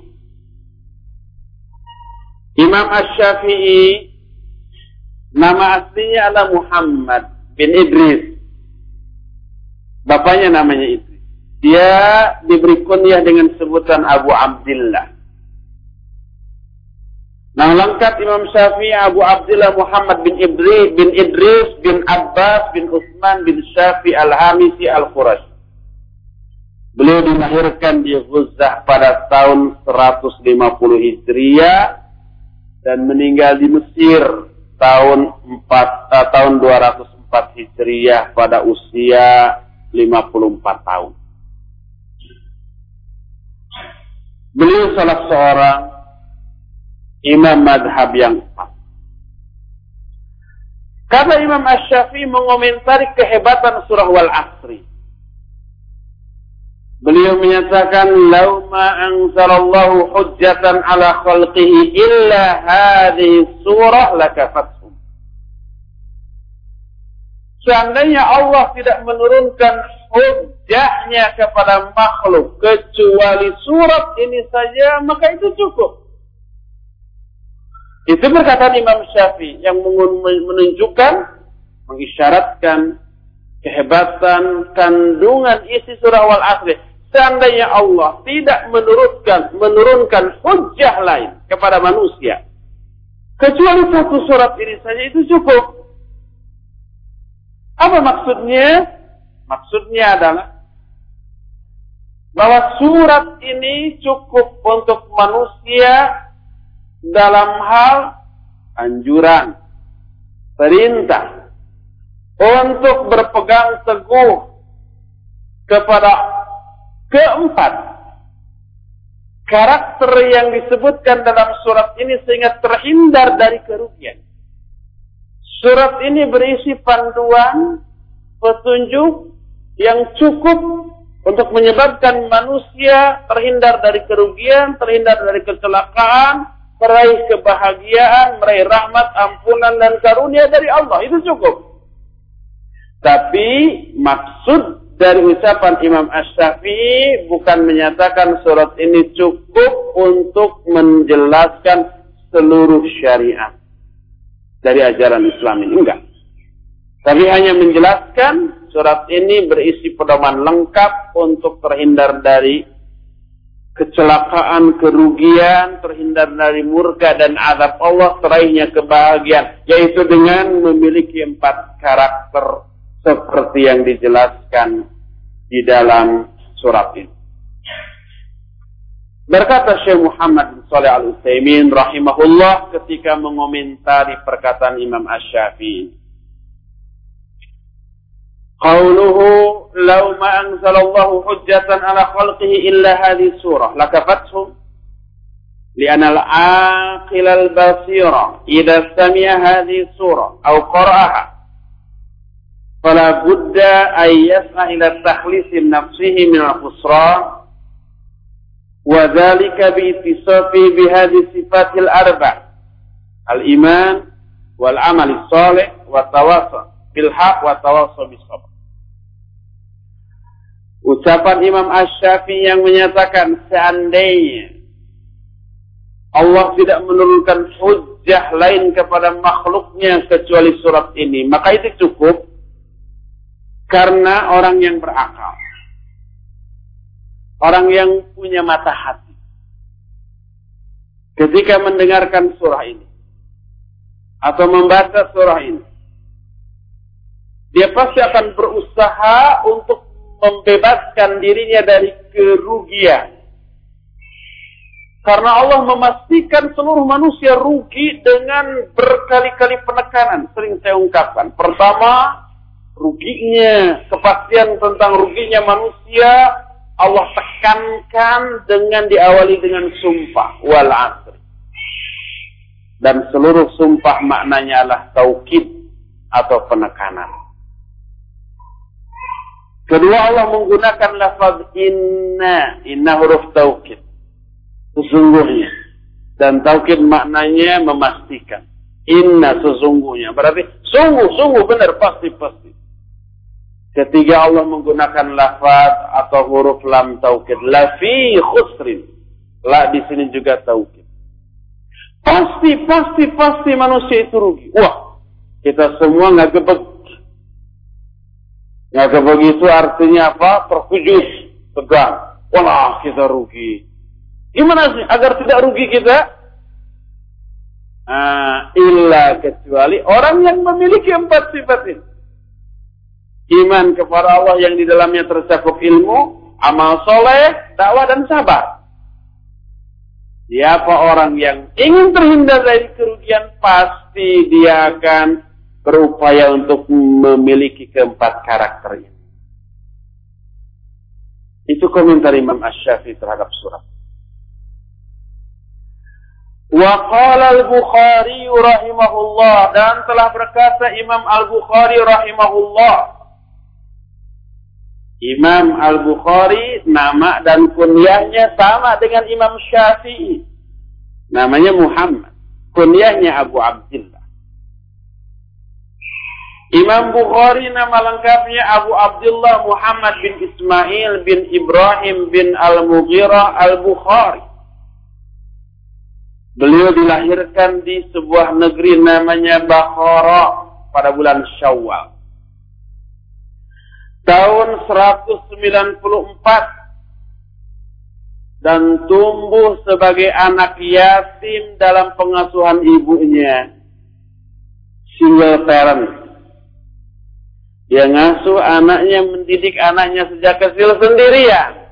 Imam Asy-Syafi'i nama aslinya adalah Muhammad bin Idris. Bapaknya namanya Idris. Dia diberi kunyah dengan sebutan Abu Abdillah. Nama lengkap Imam Syafi'i Abu Abdillah Muhammad bin Idris bin Abbas bin Utsman bin Syafi' al-Hamisi al-Qurashi. Beliau dilahirkan di Ghuzah pada tahun 150 Hijriah dan meninggal di Mesir tahun 204 Hijriah pada usia 54 tahun. Beliau salah seorang imam madhab yang pas. Kata Imam Asy-Syafi'i mengomentari kehebatan surah Wal Asri. Beliau menyatakan, "Lau ma anzalallahu hujjatan ala khalqihi illa hadhihi surah lakafathum." Seandainya Allah tidak menurunkan hujjahnya kepada makhluk kecuali surat ini saja, maka itu cukup. Itu perkataan Imam Syafi'i yang menunjukkan, mengisyaratkan kehebatan kandungan isi surah Wal Asri. Seandainya Allah tidak menurunkan hujjah lain kepada manusia kecuali satu surat ini saja, itu cukup. Apa maksudnya? Maksudnya adalah bahwa surat ini cukup untuk manusia dalam hal anjuran, perintah untuk berpegang teguh kepada keempat karakter yang disebutkan dalam surat ini sehingga terhindar dari kerugian. Surat ini berisi panduan, petunjuk yang cukup untuk menyebabkan manusia terhindar dari kerugian, terhindar dari kecelakaan, meraih kebahagiaan, meraih rahmat, ampunan, dan karunia dari Allah. Itu cukup. Tapi maksud dari ucapan Imam Asy-Syafi'i bukan menyatakan surat ini cukup untuk menjelaskan seluruh syariat dari ajaran Islam ini. Enggak. Tapi hanya menjelaskan surat ini berisi pedoman lengkap untuk terhindar dari kecelakaan, kerugian, terhindar dari murka dan azab Allah, teraihnya kebahagiaan, yaitu dengan memiliki 4 karakter seperti yang dijelaskan di dalam surat ini. Berkata Syekh Muhammad bin Shalih Al-Utsaimin rahimahullah ketika mengomentari perkataan Imam Asy-Syafi'i, qauluhu law ma anzalallahu hujjatan ala khalqihi illa hadhihi surah lakafathum li'anna al-aqil al-basira idza sami'a hadhihi surah aw qara'aha fala budda an yas'a ila takhlis nafsihi min al-khusran wa dhalika bi ittisafi bi hadhihi sifatil arba' al-iman wal amal salih wa tawassul bil haqq wa tawassul bis sabr. Ucapan Imam Asy-Syafi'i yang menyatakan seandainya Allah tidak menurunkan hujjah lain kepada makhluknya kecuali surat ini, maka itu cukup karena orang yang berakal, orang yang punya mata hati, ketika mendengarkan surah ini atau membaca surah ini, dia pasti akan berusaha untuk membebaskan dirinya dari kerugian. Karena Allah memastikan seluruh manusia rugi dengan berkali-kali penekanan. Sering saya ungkapkan. Pertama, ruginya, kepastian tentang ruginya manusia Allah tekankan dengan diawali dengan sumpah wal asr. Dan seluruh sumpah maknanya adalah taukid atau penekanan. Kedua, Allah menggunakan lafaz inna huruf taukid. Sesungguhnya. Dan taukid maknanya memastikan. Inna sesungguhnya. Berarti sungguh benar, pasti. Ketiga, Allah menggunakan lafaz atau huruf lam taukid. La fi khusrin. La di sini juga taukid. Pasti manusia itu rugi. Wah, kita semua ngagebeg. Ngagebeg itu artinya apa? Terkujus, tegang. Wah, kita rugi. Gimana sih agar tidak rugi kita? Illa kecuali orang yang memiliki 4 sifat ini. Iman kepada Allah yang di dalamnya tercakup ilmu, amal soleh, dakwah dan sabar. Siapa orang yang ingin terhindar dari kerugian, pasti dia akan berupaya untuk memiliki 4 karakter ini. Itu komentar Imam Asy-Syafi'i terhadap surat. Wa qala al-Bukhari rahimahullah, dan telah berkata Imam Al-Bukhari rahimahullah. Imam Al-Bukhari nama dan kunyahnya sama dengan Imam Syafi'i. Namanya Muhammad. Kunyahnya Abu Abdillah. Imam Bukhari nama lengkapnya Abu Abdullah Muhammad bin Ismail bin Ibrahim bin Al-Mughirah Al-Bukhari. Beliau dilahirkan di sebuah negeri namanya Bakhara pada bulan Syawal. Tahun 194 dan tumbuh sebagai anak yatim dalam pengasuhan ibunya. Single parent. Dia ngasuh anaknya, mendidik anaknya sejak kecil sendirian.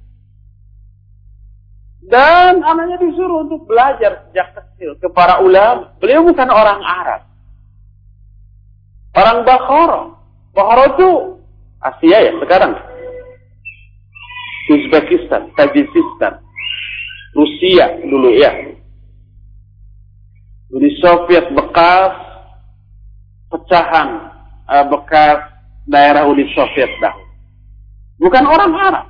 Dan anaknya disuruh untuk belajar sejak kecil ke para ulama. Beliau bukan orang Arab. Orang Bakhara. Bakhara itu Asia ya sekarang. Uzbekistan, Tajikistan, Rusia dulu ya. Uni Soviet bekas pecahan, bekas daerah Uni Soviet dahulu. Bukan orang Arab.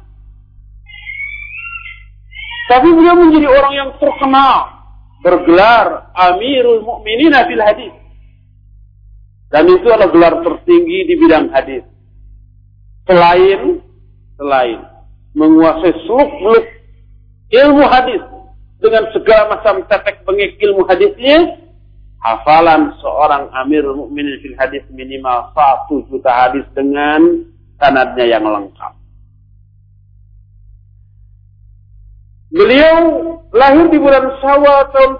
Tapi beliau menjadi orang yang terkenal, bergelar Amirul Mukminin fil Hadis. Dan itu adalah gelar tertinggi di bidang hadis. Selain menguasai seluk-beluk ilmu hadis dengan segala macam tetek bengek ilmu hadisnya, hafalan seorang Amirul Mukminin fil Hadis minimal 1 juta hadis dengan sanadnya yang lengkap. Beliau lahir di bulan Syawal tahun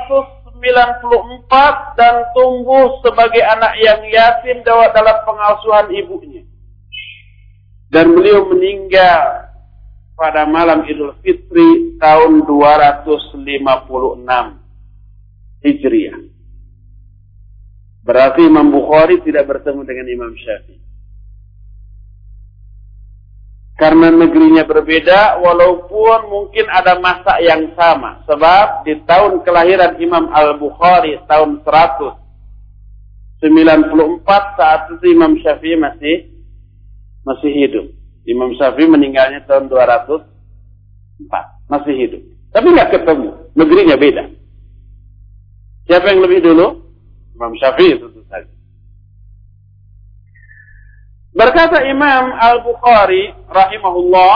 194 dan tumbuh sebagai anak yang yatim dalam pengasuhan ibunya. Dan beliau meninggal pada malam Idul Fitri tahun 256 Hijriah. Berarti Imam Bukhari tidak bertemu dengan Imam Syafi'i. Karena negerinya berbeda, walaupun mungkin ada masa yang sama. Sebab di tahun kelahiran Imam Al-Bukhari tahun 194 saat itu Imam Syafi'i masih hidup. Imam Syafi'i meninggalnya tahun 204. Masih hidup. Tapi nggak ketemu. Negerinya beda. Siapa yang lebih dulu? Imam Syafi'i tentu saja. Berkata Imam Al-Bukhari rahimahullah,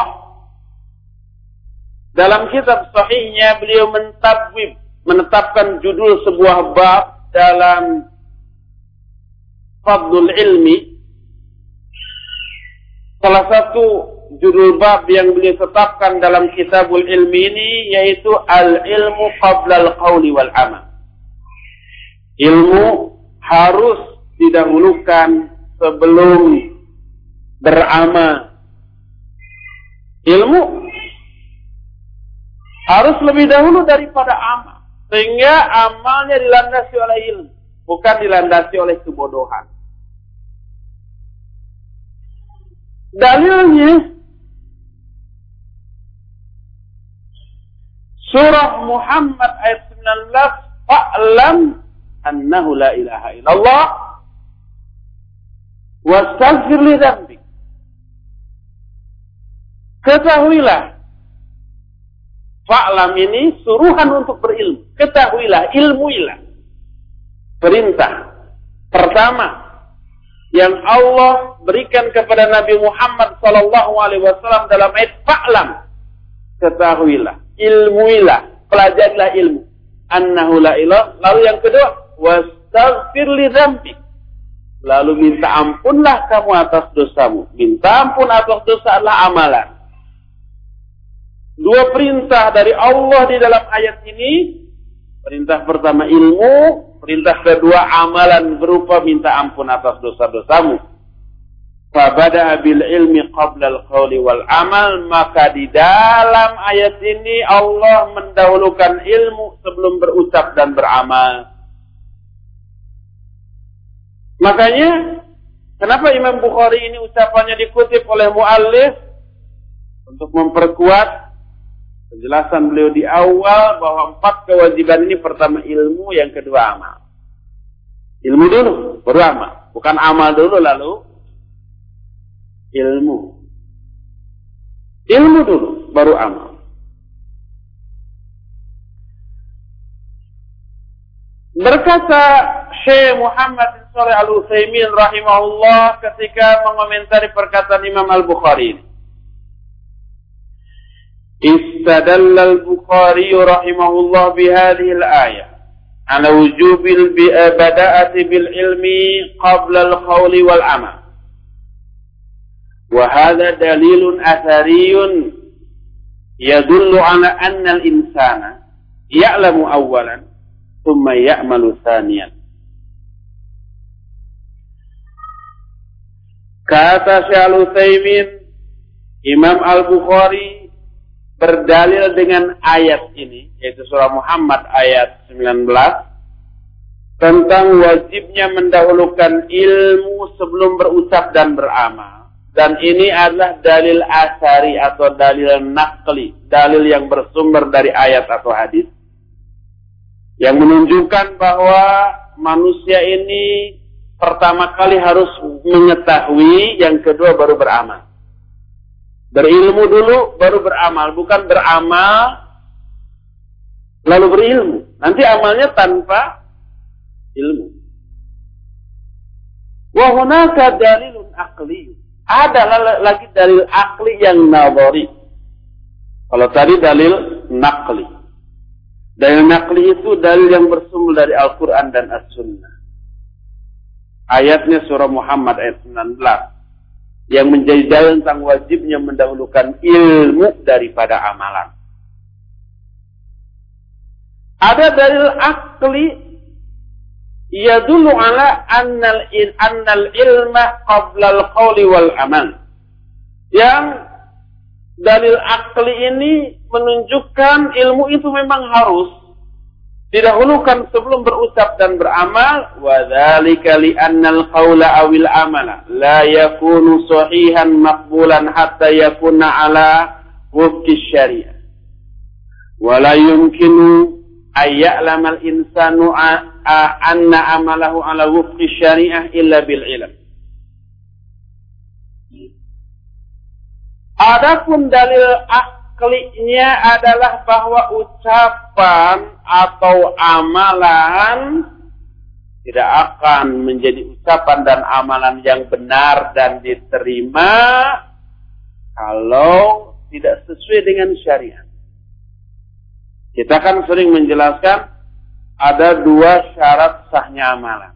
dalam kitab sahihnya beliau menetapkan judul sebuah bab dalam Fadlul Ilmi. Salah satu judul bab yang beliau tetapkan dalam Kitabul Ilmi ini yaitu Al-Ilmu Qabla Al-Qawli Wal-Amal. Ilmu harus didahulukan sebelum beramal. Ilmu harus lebih dahulu daripada amal. Sehingga amalnya dilandasi oleh ilmu, bukan dilandasi oleh kebodohan. Dalilnya Surah Muhammad ayat 19, fa'lam annahu la ilaha illallah wastaghfir li dzambik. Ketahuilah. Fa'lam ini suruhan untuk berilmu. Ketahuilah, ilmuilah. Perintah pertama yang Allah berikan kepada Nabi Muhammad sallallahu alaihi wasallam dalam ayat fa'lam. Ketahuilah, ilmuilah, pelajarilah ilmu. Annahu la ilaha. Lalu yang kedua, wastaghfir li dzambik. Lalu minta ampunlah kamu atas dosamu. Minta ampun atas dosa adalah amalan. Dua perintah dari Allah di dalam ayat ini. Perintah pertama ilmu, perintah kedua amalan berupa minta ampun atas dosa-dosamu. Fabada'a bil ilmi qabla al-qawli wal amal. Maka di dalam ayat ini Allah mendahulukan ilmu sebelum berucap dan beramal. Makanya kenapa Imam Bukhari ini ucapannya dikutip oleh muallif untuk memperkuat penjelasan beliau di awal bahwa 4 kewajiban ini, pertama ilmu, yang kedua amal. Ilmu dulu, baru amal. Bukan amal dulu lalu ilmu. Ilmu dulu, baru amal. Berkata Syekh Muhammad bin Shalih Al-Utsaimin rahimahullah ketika mengomentari perkataan Imam Al-Bukhari ini. Istadalla Al-Bukhari rahimahullah bihadhihi al-ayah ala wujubil bada'ati bil ilmi qabla al-qawli wal amal. Wa hadha dalilun athariyun yadullu ala anna al-insana ya'lamu awwalan thumma ya'malu thaniyan. Kata Syekh Al-Utsaimin, Imam Al-Bukhari berdalil dengan ayat ini, yaitu surah Muhammad ayat 19, tentang wajibnya mendahulukan ilmu sebelum berucap dan beramal. Dan ini adalah dalil asari atau dalil naqli, dalil yang bersumber dari ayat atau hadis, yang menunjukkan bahwa manusia ini pertama kali harus mengetahui, yang kedua baru beramal. Berilmu dulu, baru beramal. Bukan beramal, lalu berilmu. Nanti amalnya tanpa ilmu. Wa hunaka dalilun aqli. Ada lagi dalil akli yang nadhari. Kalau tadi dalil naqli. Dalil naqli itu dalil yang bersumber dari Al-Quran dan As-Sunnah. Ayatnya surah Muhammad ayat 19. Yang menjadi dalil tentang wajibnya mendahulukan ilmu daripada amalan. Ada dalil akli yadullu ala annal ilma qabla al-qawli wal amal. Yang dalil akli ini menunjukkan ilmu itu memang harus didahulukan sebelum berucap dan beramal. Wa dzalika li annal qawla awil amala la yakunu sahihan maqbulan hatta yakuna ala wufqi syariah. Wa la yumkinu ay ya'lama al-insanu anna amalahu ala wufqi syariah illa bil ilm. Adapun dalil aklinya adalah bahwa ucapan atau amalan tidak akan menjadi ucapan dan amalan yang benar dan diterima kalau tidak sesuai dengan syariat. Kita kan sering menjelaskan ada 2 syarat sahnya amalan.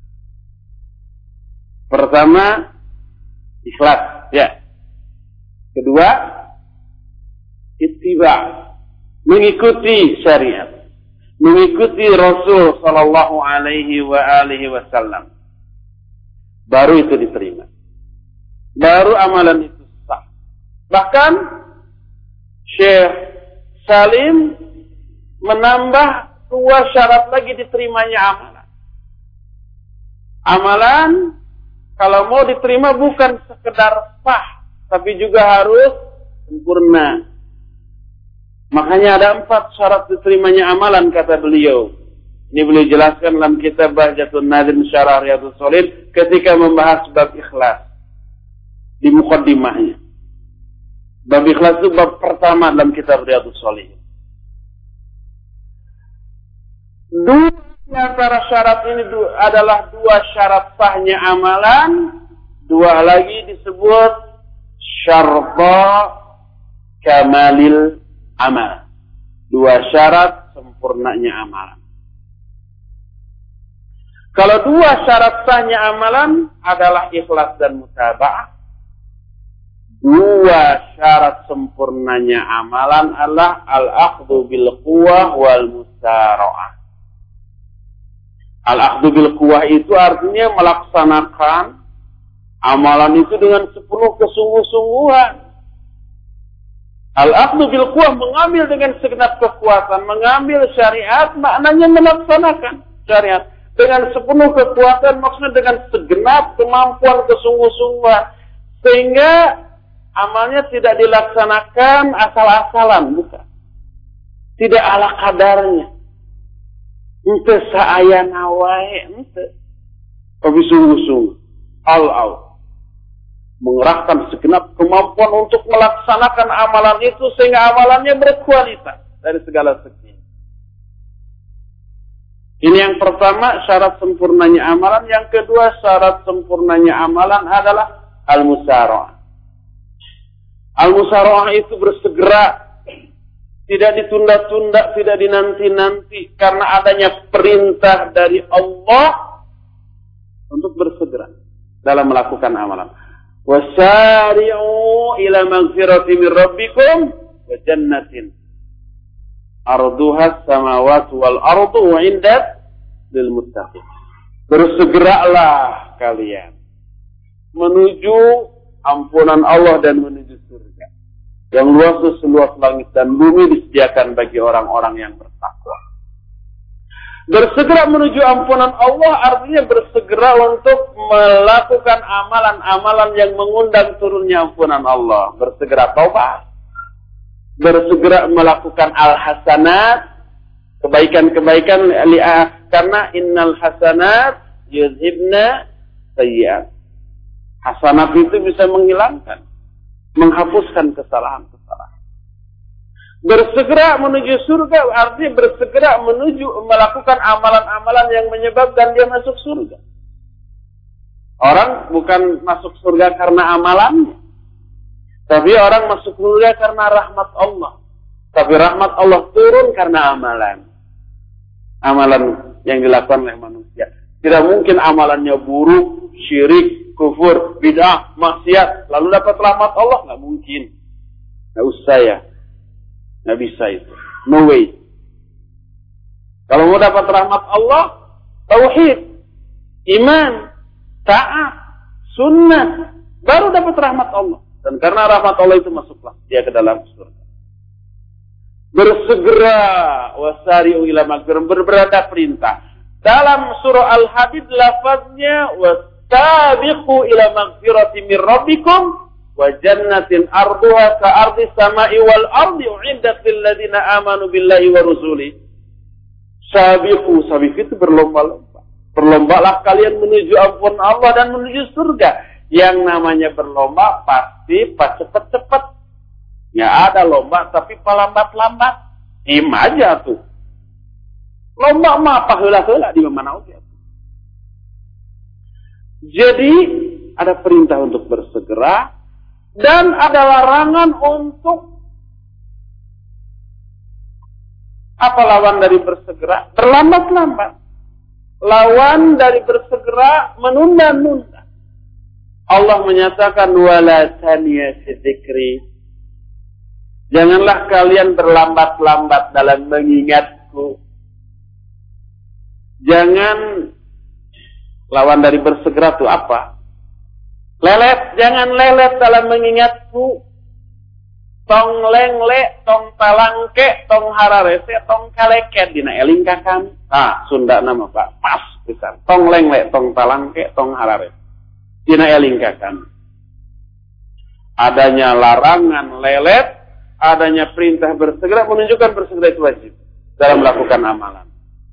Pertama, ikhlas, ya. Kedua, ittiba, mengikuti syariat, mengikuti Rasul sallallahu alaihi wasallam. Baru itu diterima. Baru amalan itu sah. Bahkan Syekh Salim menambah 2 syarat lagi diterimanya amalan. Amalan kalau mau diterima bukan sekedar sah, tapi juga harus sempurna. Makanya ada 4 syarat diterimanya amalan, kata beliau. Ini beliau jelaskan dalam kitab Bahjatun Nadim Syarah Riyadhus Shalihin ketika membahas bab ikhlas di muqaddimahnya. Bab ikhlas itu bab pertama dalam kitab Riyadhus Shalihin. Dua di antara syarat ini adalah 2 syarat sahnya amalan, 2 lagi disebut syarta kamalil amal. 2 syarat sempurnanya amalan. Kalau 2 syarat sahnya amalan adalah ikhlas dan mutaba'ah, 2 syarat sempurnanya amalan adalah al-akhdhu bil quwwah wal musara'ah. Al-akhdhu bil quwwah itu artinya melaksanakan amalan itu dengan sepenuh kesungguh-sungguhan. Al-akhdhu bil quwwah mengambil dengan segenap kekuatan, mengambil syariat maknanya melaksanakan syariat dengan sepenuh kekuatan, maksudnya dengan segenap kemampuan kesungguh-sungguhan, sehingga amalnya tidak dilaksanakan asal-asalan, bukan. Tidak ala kadarnya. Ente saayana wae, ente. Tapi sungguh-sungguh, all-out. Mengerahkan segenap kemampuan untuk melaksanakan amalan itu sehingga amalannya berkualitas dari segala segi. Ini yang pertama, syarat sempurnanya amalan. Yang kedua, syarat sempurnanya amalan adalah al-musara'ah. Al-musara'ah itu bersegera, tidak ditunda-tunda, tidak dinanti-nanti, karena adanya perintah dari Allah untuk bersegera dalam melakukan amalan. Wasari'u ila maghfirati min rabbikum wa jannatin arduha samawati wal ardu wa indat lil muttaqin. Bersegeralah kalian menuju ampunan Allah dan menuju surga yang luas seluas langit dan bumi, disediakan bagi orang-orang yang bertakwa. Bersegera menuju ampunan Allah artinya bersegera untuk melakukan amalan-amalan yang mengundang turunnya ampunan Allah. Bersegera taubat. Bersegera melakukan al-hasanat, kebaikan-kebaikan, karena innal hasanat yuzhibna sayyi'at. Hasanat itu bisa menghilangkan, menghapuskan kesalahan-kesalahan. Bersegera menuju surga artinya bersegera menuju melakukan amalan-amalan yang menyebabkan dia masuk surga. Orang bukan masuk surga karena amalannya, tapi orang masuk surga karena rahmat Allah. Tapi rahmat Allah turun karena amalan. Amalan yang dilakukan oleh manusia. Tidak mungkin amalannya buruk, syirik, kufur, bid'ah, maksiat, lalu dapat rahmat Allah. Nggak mungkin. Nggak usah ya. Nggak bisa itu. No way. Kalau mau dapat rahmat Allah, tauhid, iman, taat, sunnah, baru dapat rahmat Allah. Dan karena rahmat Allah itu masuklah dia ke dalam surga. Bersegera wasari'u ila maghfirah, berberada perintah. Dalam surah Al-Hadid lafaznya wasabiqu ila maghfirati min rabbikum wa jannatin arduha ka ardi samai wal ardi uiddat lil ladzina amanu billahi wa rusuli. Sabiqu, sabiq itu berlomba-lomba. Berlombalah kalian menuju ampun Allah dan menuju surga. Yang namanya berlomba pasti cepat-cepat. Ya ada lomba tapi pelambat-lambat. Im aja tuh. Lomba mah apa heula-heula di mana aja. Jadi ada perintah untuk bersegera dan ada larangan untuk apa lawan dari bersegera? Terlambat-lambat. Lawan dari bersegera menunda-nunda. Allah menyatakan wala taniya dzikri. Janganlah kalian berlambat-lambat dalam mengingatku. Jangan lawan dari bersegera itu apa? Lelet, jangan lelet dalam mengingatku. Tong lengle, tong talangke, tong hararese, tong kaleket dina eling ka kami. Ah, Sunda nama Pak. Pas pisan. Tong lengle, tong talangke, tong hararese. Dina eling ka kami. Adanya larangan lelet, adanya perintah bersegera menunjukkan bersegera itu wajib dalam melakukan amalan.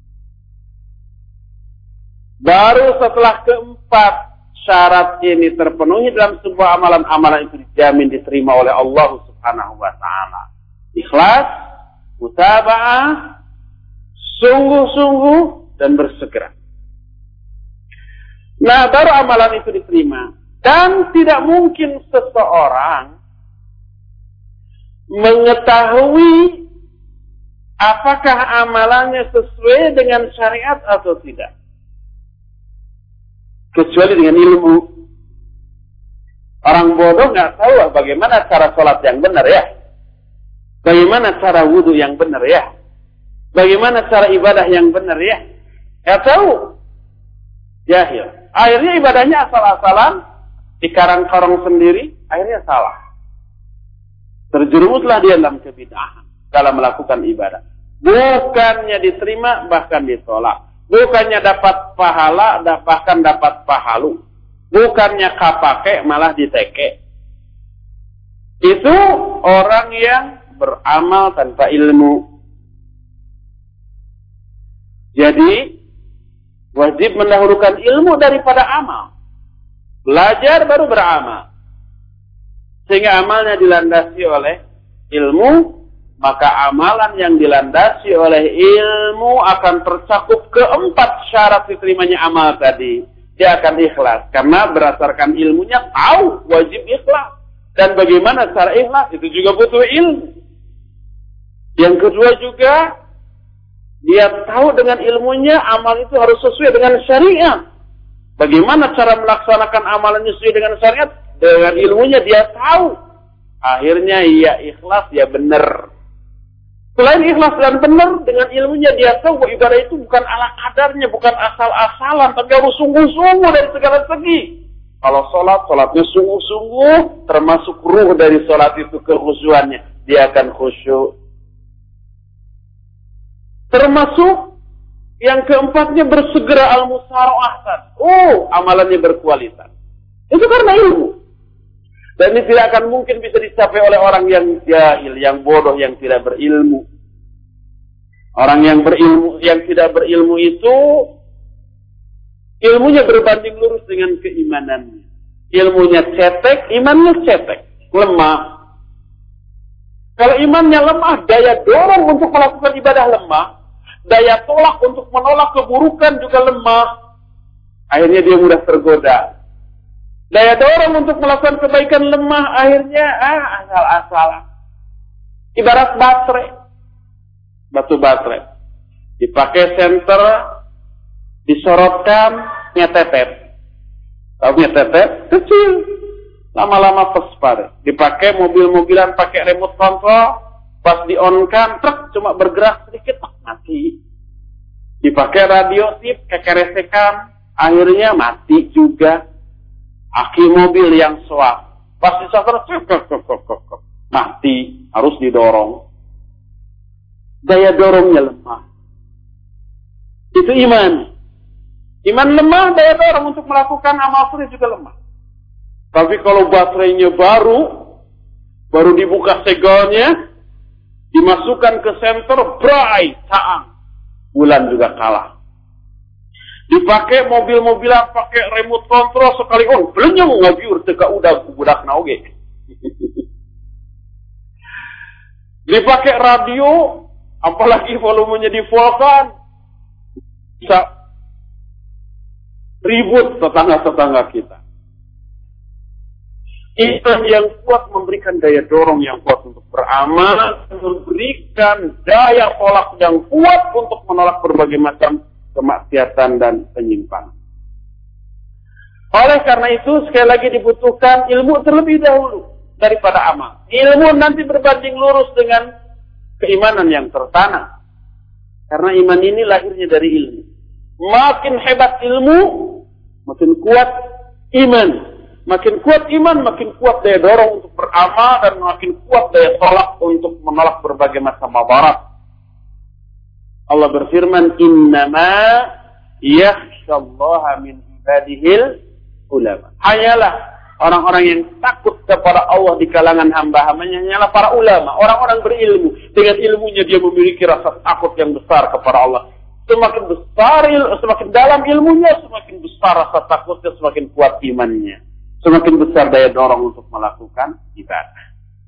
Baru setelah keempat syarat ini terpenuhi dalam sebuah amalan itu dijamin diterima oleh Allah Subhanahu wa taala. Ikhlas, mutaba'ah, sungguh-sungguh dan bersegera. Nah, baru amalan itu diterima. Dan tidak mungkin seseorang mengetahui apakah amalannya sesuai dengan syariat atau tidak, kecuali dengan ilmu. Orang bodoh nggak tahu bagaimana cara sholat yang benar ya, bagaimana cara wudhu yang benar ya, bagaimana cara ibadah yang benar ya, nggak tahu. Jahil. Akhirnya ibadahnya asal-asalan, dikarang-karang sendiri, akhirnya salah. Terjerumuslah dia dalam kebid'ahan dalam melakukan ibadah. Bukannya diterima, bahkan ditolak. Bukannya dapat pahala, bahkan dapat pahalu. Bukannya kapake, malah diteke. Itu orang yang beramal tanpa ilmu. Jadi, wajib mendahulukan ilmu daripada amal. Belajar baru beramal. Sehingga amalnya dilandasi oleh ilmu, maka amalan yang dilandasi oleh ilmu akan tercakup keempat syarat diterimanya amal tadi. Dia akan ikhlas. Karena berdasarkan ilmunya tahu wajib ikhlas. Dan bagaimana cara ikhlas itu juga butuh ilmu. Yang kedua juga, dia tahu dengan ilmunya amal itu harus sesuai dengan syariat. Bagaimana cara melaksanakan amalannya sesuai dengan syariat? Dengan ilmunya dia tahu. Akhirnya ia ikhlas, ya benar. Selain ikhlas dan benar, dengan ilmunya dia tahu bahwa ibadah itu bukan ala kadarnya, bukan asal-asalan, tapi harus sungguh-sungguh dari segala segi. Kalau sholatnya sungguh-sungguh, termasuk ruh dari sholat itu kekhusyuannya. Dia akan khusyuk. Termasuk yang keempatnya bersegera al-musara'ah. Amalannya berkualitas. Itu karena ilmu. Dan ini tidak akan mungkin bisa dicapai oleh orang yang jahil, yang bodoh, yang tidak berilmu. Orang yang berilmu, yang tidak berilmu itu ilmunya berbanding lurus dengan keimanannya. Ilmunya cetek, imannya cetek, lemah. Kalau imannya lemah, daya dorong untuk melakukan ibadah lemah. Daya tolak untuk menolak keburukan juga lemah. Akhirnya dia mudah tergoda. Daya dorong untuk melakukan kebaikan lemah. Akhirnya asal-asalan. Ibarat baterai. Batu baterai. Dipakai senter. Disorotkan. Nyetetet. Tahu nyetetet? Kecil. Lama-lama pespa. Dipakai mobil-mobilan pakai remote control. Pas di-on-kan, truk cuma bergerak sedikit, mati. Dipakai radio tip, kekeresekan, akhirnya mati juga. Aki mobil yang swap. Pas disasar, mati, harus didorong. Daya dorongnya lemah. Itu iman. Iman lemah, daya dorong untuk melakukan amal soleh juga lemah. Tapi kalau baterainya baru dibuka segelnya, dimasukkan ke senter, bright, saang. Bulan juga kalah. Dipakai mobil-mobilan, pakai remote control sekali, belenyong ngabiur, teka udah budak nauge. Dipakai radio, apalagi volumenya di-full-kan, bisa ribut tetangga-tetangga kita. Iman yang kuat memberikan daya dorong yang kuat untuk beramal, memberikan daya tolak yang kuat untuk menolak berbagai macam kemaksiatan dan penyimpangan. Oleh karena itu, sekali lagi dibutuhkan ilmu terlebih dahulu daripada amal. Ilmu nanti berbanding lurus dengan keimanan yang tertanam. Karena iman ini lahirnya dari ilmu. Makin hebat ilmu, makin kuat iman. Makin kuat iman, makin kuat daya dorong untuk beramal, dan makin kuat daya tolak untuk menolak berbagai macam madarat. Allah berfirman, innama yakhshallaha min ibadihil ulama. Hanyalah Orang-orang yang takut kepada Allah di kalangan hamba-hambanya hanyalah para ulama, orang-orang berilmu. Dengan ilmunya dia memiliki rasa takut yang besar kepada Allah. Semakin besar, semakin dalam ilmunya, semakin besar rasa takutnya, semakin kuat imannya. Semakin besar daya dorong untuk melakukan ibadah.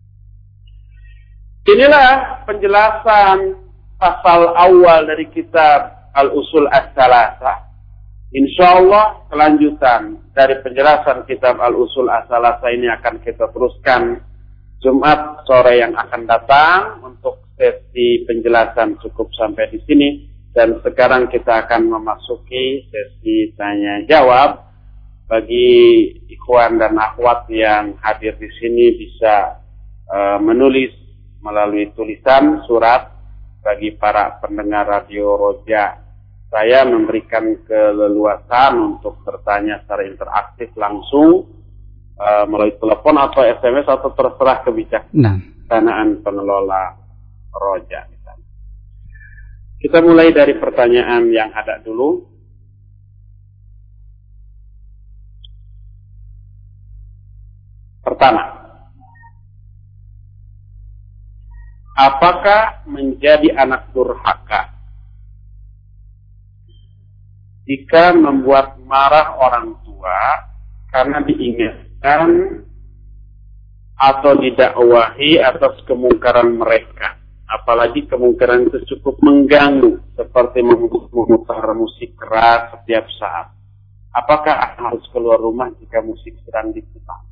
Inilah penjelasan pasal awal dari kitab Al-Usul As-Salasah. Insyaallah kelanjutan dari penjelasan kitab Al-Usul As-Salasah ini akan kita teruskan Jumat sore yang akan datang. Untuk sesi penjelasan cukup sampai di sini. Dan sekarang kita akan memasuki sesi tanya jawab. Bagi ikhwan dan akhwat yang hadir di sini bisa menulis melalui tulisan surat. Bagi para pendengar Radio Roja, saya memberikan keleluasan untuk bertanya secara interaktif langsung melalui telepon atau SMS atau terserah kebijaksanaan pengelola Roja. Kita mulai dari pertanyaan yang ada dulu. Pertama, apakah menjadi anak durhaka jika membuat marah orang tua karena diingatkan atau didakwahi atas kemungkaran mereka, apalagi kemungkaran itu cukup mengganggu seperti memutar musik keras setiap saat? Apakah harus keluar rumah jika musik sedang diputar?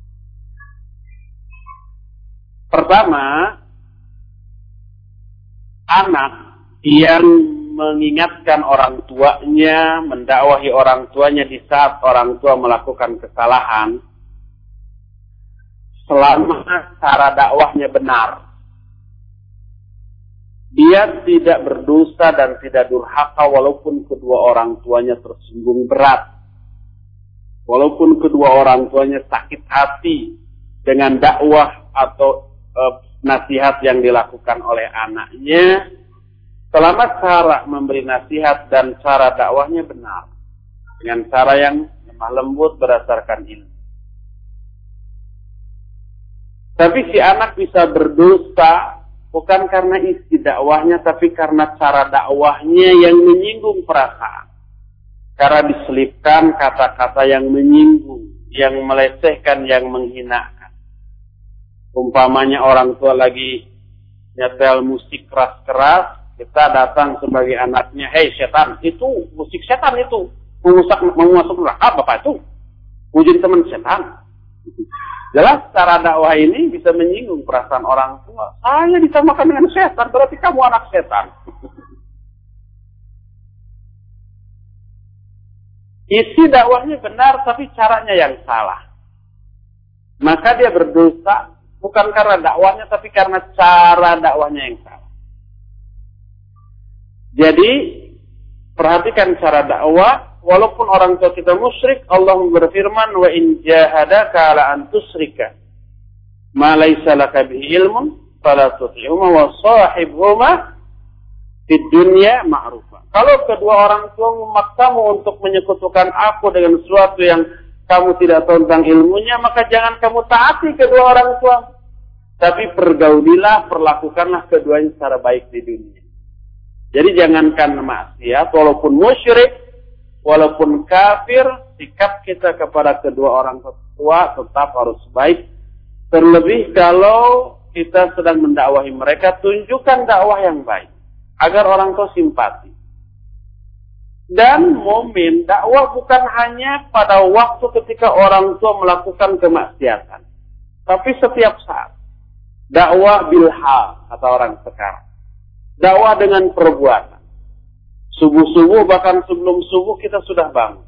Pertama, anak yang mengingatkan orang tuanya, mendakwahi orang tuanya di saat orang tua melakukan kesalahan, selama cara dakwahnya benar, dia tidak berdosa dan tidak durhaka walaupun kedua orang tuanya tersinggung berat, walaupun kedua orang tuanya sakit hati dengan dakwah atau nasihat yang dilakukan oleh anaknya. Selama cara memberi nasihat dan cara dakwahnya benar, dengan cara yang lemah lembut berdasarkan ilmu. Tapi si anak bisa berdosa bukan karena isi dakwahnya, tapi karena cara dakwahnya yang menyinggung perasaan. Karena diselipkan kata-kata yang menyinggung, yang melecehkan, yang menghinakan. Umpamanya orang tua lagi nyetel musik keras-keras, kita datang sebagai anaknya, hei setan, itu musik setan itu. Mau masuk neraka bapak itu. Mau jadi teman setan. Jelas cara dakwah ini bisa menyinggung perasaan orang tua. Saya disamakan dengan setan, berarti kamu anak setan. Isi dakwahnya benar, tapi caranya yang salah. Maka dia berdosa, bukan karena dakwahnya, tapi karena cara dakwahnya yang salah. Jadi, perhatikan cara dakwah. Walaupun orang tua kita musyrik, Allah berfirman, wa in jahadaka ala an tusyrika ma laysa laka bihi ilmun fala tuti'huma wa shahibhuma fid dunya ma'rufa. Kalau kedua orang tua memaksamu untuk menyekutukan aku dengan sesuatu yang kamu tidak tahu tentang ilmunya, maka jangan kamu taati kedua orang tua. Tapi pergaulilah, perlakukanlah keduanya secara baik di dunia. Jadi jangankan maksiat, walaupun musyrik, walaupun kafir, sikap kita kepada kedua orang tua tetap harus baik. Terlebih kalau kita sedang mendakwahi mereka, tunjukkan dakwah yang baik agar orang tua simpati. Dan momen dakwah bukan hanya pada waktu ketika orang tua melakukan kemaksiatan, tapi setiap saat. Dakwah bilhal kata orang sekarang. Dakwah dengan perbuatan. Subuh-subuh, bahkan sebelum subuh kita sudah bangun.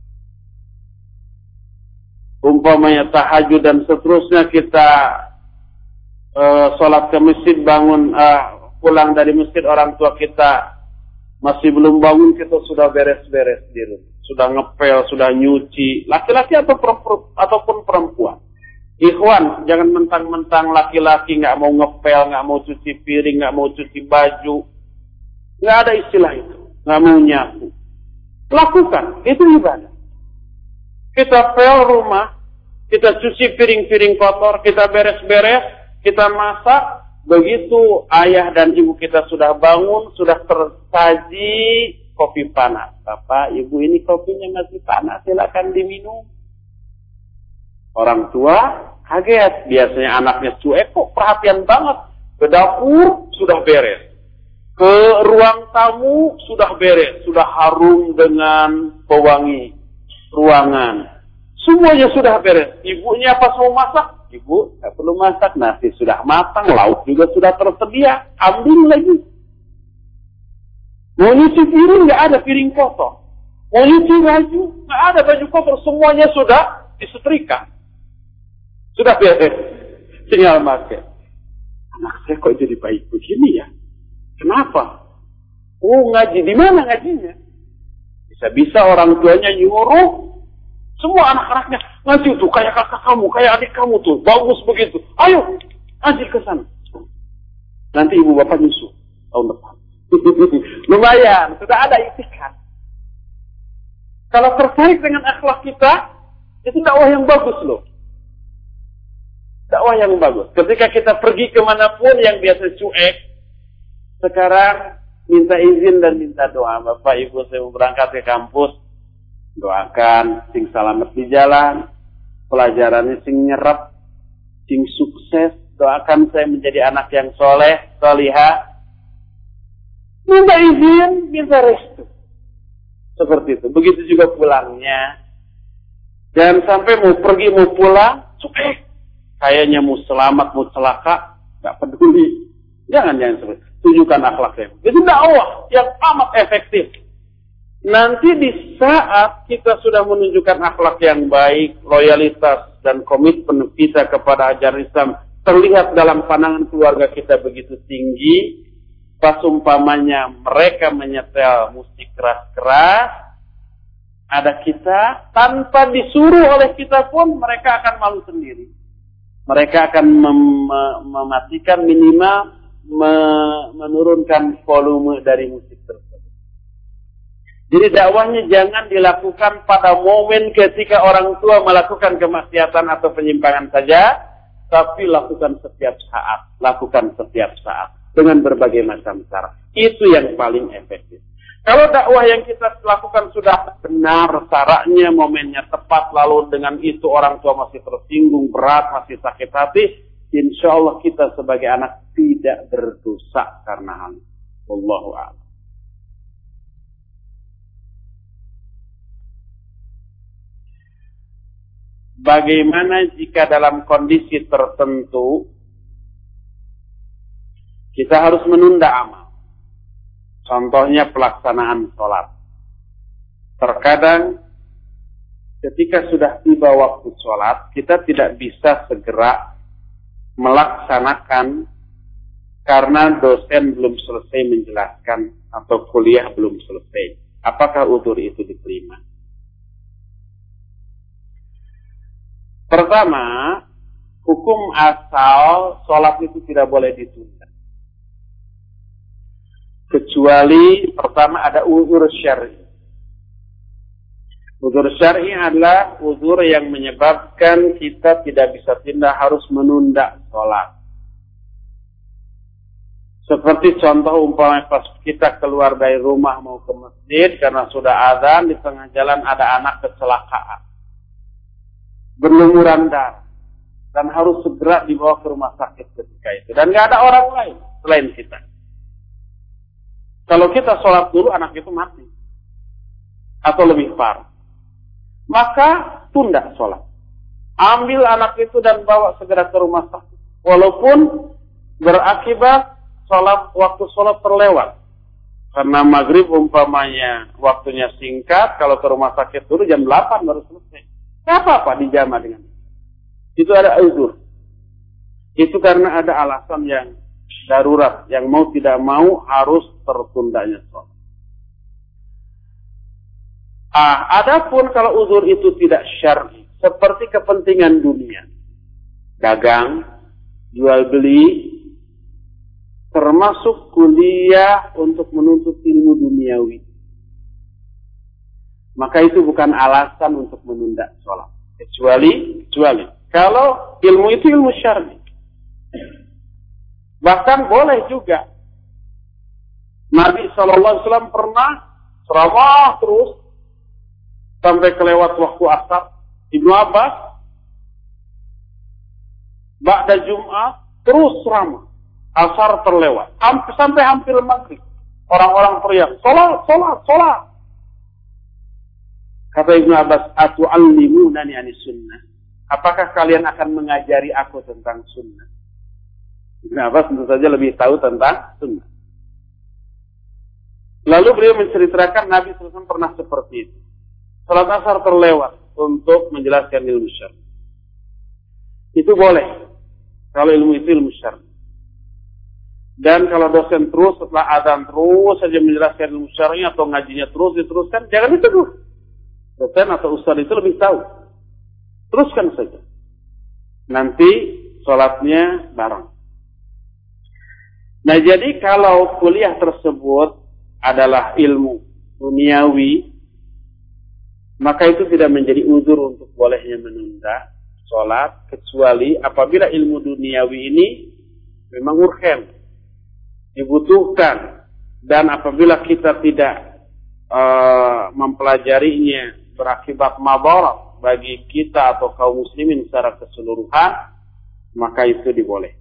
Umpamanya tahajud dan seterusnya, kita sholat ke masjid, bangun, pulang dari masjid, orang tua kita masih belum bangun, kita sudah beres-beres di rumah. Sudah ngepel, sudah nyuci, laki-laki ataupun perempuan. Ikhwan, jangan mentang-mentang laki-laki nggak mau ngepel, nggak mau cuci piring, nggak mau cuci baju. Nggak ada istilah itu. Nggak mau nyapu. Lakukan, itu ibadah. Kita pel rumah, kita cuci piring-piring kotor, kita beres-beres, kita masak. Begitu ayah dan ibu kita sudah bangun, sudah tersaji kopi panas. Bapak, ibu ini kopinya masih panas, silakan diminum. Orang tua kaget, biasanya anaknya cuek, kok perhatian banget. Ke dapur sudah beres. Ke ruang tamu sudah beres, sudah harum dengan pewangi ruangan. Semuanya sudah beres. Ibunya pas mau masak, ibu tak perlu masak, nasi sudah matang, lauk juga sudah tersedia, ambil lagi. Mau nyuci piring, nggak ada piring kotor. Mau nyuci baju, nggak ada baju kotor, semuanya sudah disetrika. Sudah beres, tinggal pakai. Anak saya kok jadi baik begini ya? Kenapa? Oh, ngaji, di mana ngajinya? Bisa-bisa orang tuanya nyuruh semua anak-anaknya ngaji tuh kayak kakak kamu, kayak adik kamu tuh, bagus begitu. Ayo, ngaji ke sana. Nanti ibu bapak nyusul tahun depan. Lumayan, sudah ada itikat. Kalau tertarik dengan akhlak kita, itu dakwah yang bagus loh. Dakwah yang bagus. Ketika kita pergi kemanapun yang biasa cuek, sekarang minta izin dan minta doa. Bapak ibu saya mau berangkat ke kampus, doakan sing selamat di jalan, pelajarannya sing nyerap, sing sukses. Doakan saya menjadi anak yang soleh, solihah. Minta izin, minta restu. Seperti itu. Begitu juga pulangnya. Jangan sampai mau pergi, mau pulang, cuek. Kayaknya mau selamat, mau celaka, gak peduli. Jangan seperti itu. Tunjukkan akhlaknya. Itu dakwah yang amat efektif. Nanti di saat kita sudah menunjukkan akhlak yang baik, loyalitas dan komitmen kita kepada ajaran Islam terlihat dalam pandangan keluarga kita begitu tinggi. Pas umpamanya mereka menyetel musik keras-keras, ada kita, tanpa disuruh oleh kita pun mereka akan malu sendiri. Mereka akan mematikan, minimal menurunkan volume dari musik tersebut. Jadi dakwahnya jangan dilakukan pada momen ketika orang tua melakukan kemaksiatan atau penyimpangan saja, tapi lakukan setiap saat. Lakukan setiap saat dengan berbagai macam cara. Itu yang paling efektif. Kalau dakwah yang kita lakukan sudah benar caranya, momennya tepat, lalu dengan itu orang tua masih tersinggung, berat, masih sakit hati, insya Allah kita sebagai anak tidak berdosa karena hal itu. Wallahu a'lam. Bagaimana jika dalam kondisi tertentu kita harus menunda amal? Contohnya pelaksanaan sholat. Terkadang ketika sudah tiba waktu sholat, kita tidak bisa segera melaksanakan karena dosen belum selesai menjelaskan atau kuliah belum selesai. Apakah udzur itu diterima? Pertama, hukum asal sholat itu tidak boleh ditunda. Kecuali pertama ada uzur syar'i. Uzur syar'i adalah uzur yang menyebabkan kita tidak bisa tindak, harus menunda sholat. Seperti contoh umpamanya pas kita keluar dari rumah mau ke masjid karena sudah azan, di tengah jalan ada anak kecelakaan, berlumuran darah, dan harus segera dibawa ke rumah sakit ketika itu. Dan nggak ada orang lain selain kita. Kalau kita sholat dulu, anak itu mati. Atau lebih parah. Maka tunda sholat. Ambil anak itu dan bawa segera ke rumah sakit. Walaupun berakibat waktu sholat terlewat. Karena maghrib umpamanya waktunya singkat, kalau ke rumah sakit dulu jam 8 baru selesai. Tidak apa-apa dijama dengan itu. Itu ada uzur. Itu karena ada alasan yang darurat, yang mau tidak mau harus tertundanya sholat. Adapun kalau uzur itu tidak syar'i, seperti kepentingan dunia, dagang, jual beli, termasuk kuliah untuk menuntut ilmu duniawi, maka itu bukan alasan untuk menunda sholat. Kecuali kalau ilmu itu ilmu syar'i. Bahkan boleh juga Nabi SAW pernah ceramah terus sampai kelewat waktu asar. Ibnu Abbas ba'da Jum'ah terus ceramah. Asar terlewat sampai hampir maghrib. Orang-orang teriak, "Salat." Kata Ibnu Abbas, "Atu'allimunani anis sunnah?" Apakah kalian akan mengajari aku tentang sunnah? Ibnu Abbas tentu saja lebih tahu tentang sunnah. Lalu beliau menceritakan Nabi SAW pernah seperti itu. Salat asar terlewat untuk menjelaskan ilmu syar'i. Itu boleh. Kalau ilmu itu ilmu syar'i. Dan kalau dosen terus setelah adzan terus saja menjelaskan ilmu syar'i atau ngajinya terus diteruskan, jangan ditegur. Dosen atau ustaz itu lebih tahu. Teruskan saja. Nanti sholatnya bareng. Nah, jadi kalau kuliah tersebut adalah ilmu duniawi, maka itu tidak menjadi uzur untuk bolehnya menunda sholat, kecuali apabila ilmu duniawi ini memang urgen, dibutuhkan, dan apabila kita tidak mempelajarinya berakibat madarat bagi kita atau kaum muslimin secara keseluruhan, maka itu dibolehkan.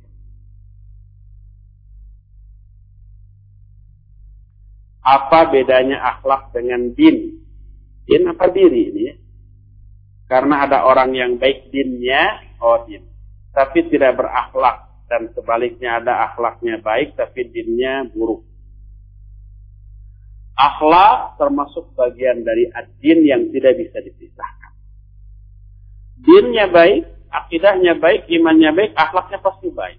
Apa bedanya akhlak dengan din? Din apa diri ini ya? Karena ada orang yang baik dinnya, din. Tapi tidak berakhlak. Dan sebaliknya ada akhlaknya baik tapi dinnya buruk. Akhlak termasuk bagian dari ad-din yang tidak bisa dipisahkan. Dinnya baik, akidahnya baik, imannya baik, akhlaknya pasti baik.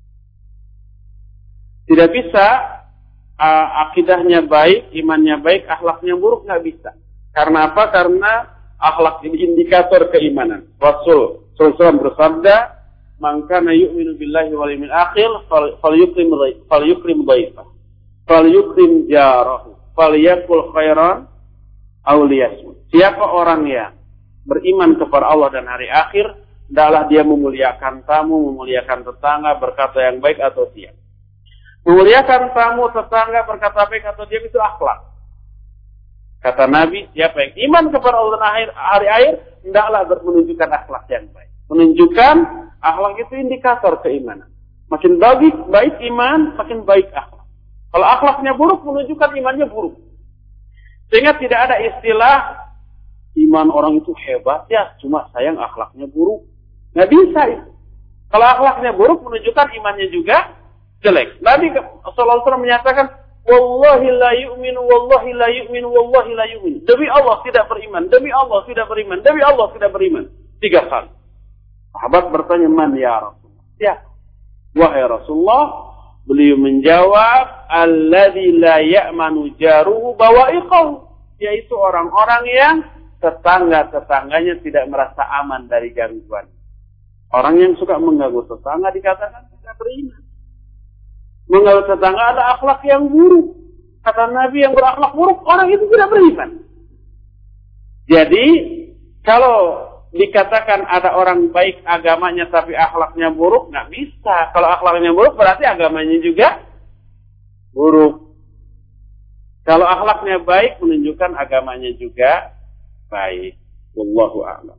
Tidak bisa akidahnya baik, imannya baik, akhlaknya buruk, nggak bisa. Karena apa? Karena akhlak ini indikator keimanan. Rasul SAW bersabda, "Man kana yu'minu billahi wal yawmil akhir falyukrim dhaifah, falyukrim jarahu, falyakul khairan aw liyasmut." Siapa orang yang beriman kepada Allah dan hari akhir, hendaklah dia memuliakan tamu, memuliakan tetangga, berkata yang baik atau diam. Memuliakan tamu, tetangga, berkata baik atau diam itu akhlak. Kata Nabi, siapa yang iman kepada Allah dan hari akhir, hendaklah menunjukkan akhlak yang baik. Menunjukkan akhlak itu indikator keimanan. Makin baik iman, makin baik akhlak. Kalau akhlaknya buruk, menunjukkan imannya buruk. Sehingga tidak ada istilah iman orang itu hebat ya, cuma sayang akhlaknya buruk. Nggak bisa itu. Kalau akhlaknya buruk, menunjukkan imannya juga jelek. Nabi SAW menyatakan, "Wallahi la yu'min, wallahi la yu'min, wallahi la yu'min." Demi Allah tidak beriman, demi Allah tidak beriman, demi Allah tidak beriman. 3 kali. Sahabat bertanya, "Man ya Rasulullah?" Ya, wahai Rasulullah. Beliau menjawab, "Alladzi la ya'manu jaruhu bawa'iqahu." Yaitu orang-orang yang tetangga-tetangganya tidak merasa aman dari gangguan. Orang yang suka mengganggu tetangga dikatakan tidak beriman. Mengganggu tetangga ada akhlak yang buruk. Kata Nabi, yang berakhlak buruk, orang itu tidak beriman. Jadi, kalau dikatakan ada orang baik agamanya tapi akhlaknya buruk, nggak bisa. Kalau akhlaknya buruk berarti agamanya juga buruk. Kalau akhlaknya baik menunjukkan agamanya juga baik. Wallahu a'lam.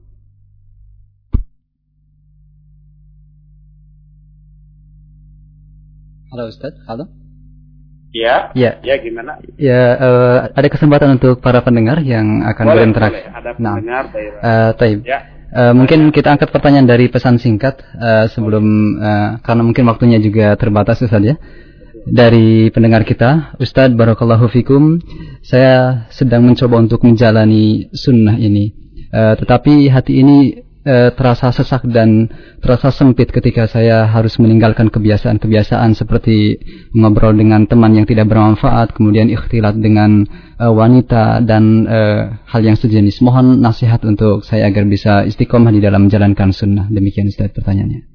Halo Ustaz, halo. Ya, ya gimana? Ya, ada kesempatan untuk para pendengar yang akan berinteraksi. Ada pendengar Taib. Ya. Mungkin kita angkat pertanyaan dari pesan singkat sebelum karena mungkin waktunya juga terbatas Ustaz ya. Dari pendengar kita, Ustaz Barakallahu Fikum, saya sedang mencoba untuk menjalani sunnah ini, tetapi hati ini terasa sesak dan terasa sempit ketika saya harus meninggalkan kebiasaan-kebiasaan seperti ngobrol dengan teman yang tidak bermanfaat, kemudian ikhtilat dengan wanita dan hal yang sejenis. Mohon nasihat untuk saya agar bisa istiqomah di dalam menjalankan sunnah. Demikian Ustaz pertanyaannya.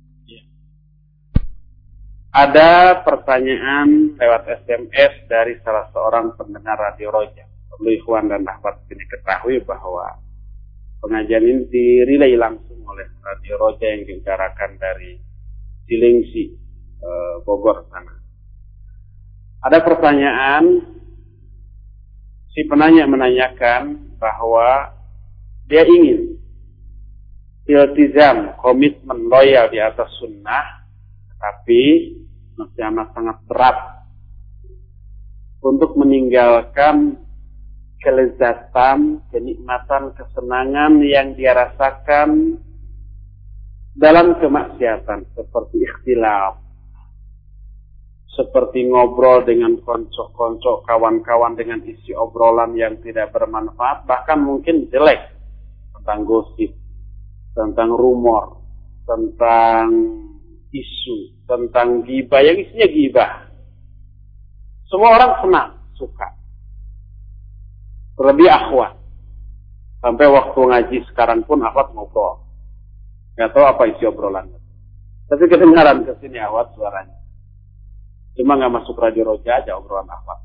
Ada pertanyaan lewat SMS dari salah seorang pendengar Radio Roja. Perlu ikhwan dan akhwat ini ketahui bahwa pengajian ini dirilai langsung oleh Radio Roja yang diutarakan dari Cilengsi, Bogor sana. Ada pertanyaan, si penanya menanyakan bahwa dia ingin iltizam, komitmen loyal di atas sunnah, tapi masih amat sangat berat untuk meninggalkan kelezatan, kenikmatan, kesenangan yang dia rasakan dalam kemaksiatan, seperti ikhtilaf, seperti ngobrol dengan konco-konco, kawan-kawan dengan isi obrolan yang tidak bermanfaat, bahkan mungkin jelek, tentang gosip, tentang rumor, tentang isu, tentang ghibah, yang isinya ghibah. Semua orang senang, suka. Terlebih akhwat. Sampai waktu ngaji sekarang pun akhwat ngobrol. Gak tahu apa isi obrolannya. Tapi kedengaran ke sini akhwat suaranya. Cuma gak masuk Radio Roja aja obrolan akhwat.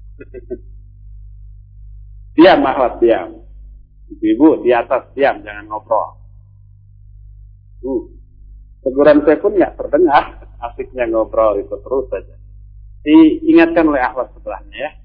Diam akhwat, diam. Ibu di atas diam, jangan ngobrol. Teguran saya pun gak terdengar. Asiknya ngobrol itu terus saja. Diingatkan oleh akhwat sebelahnya ya.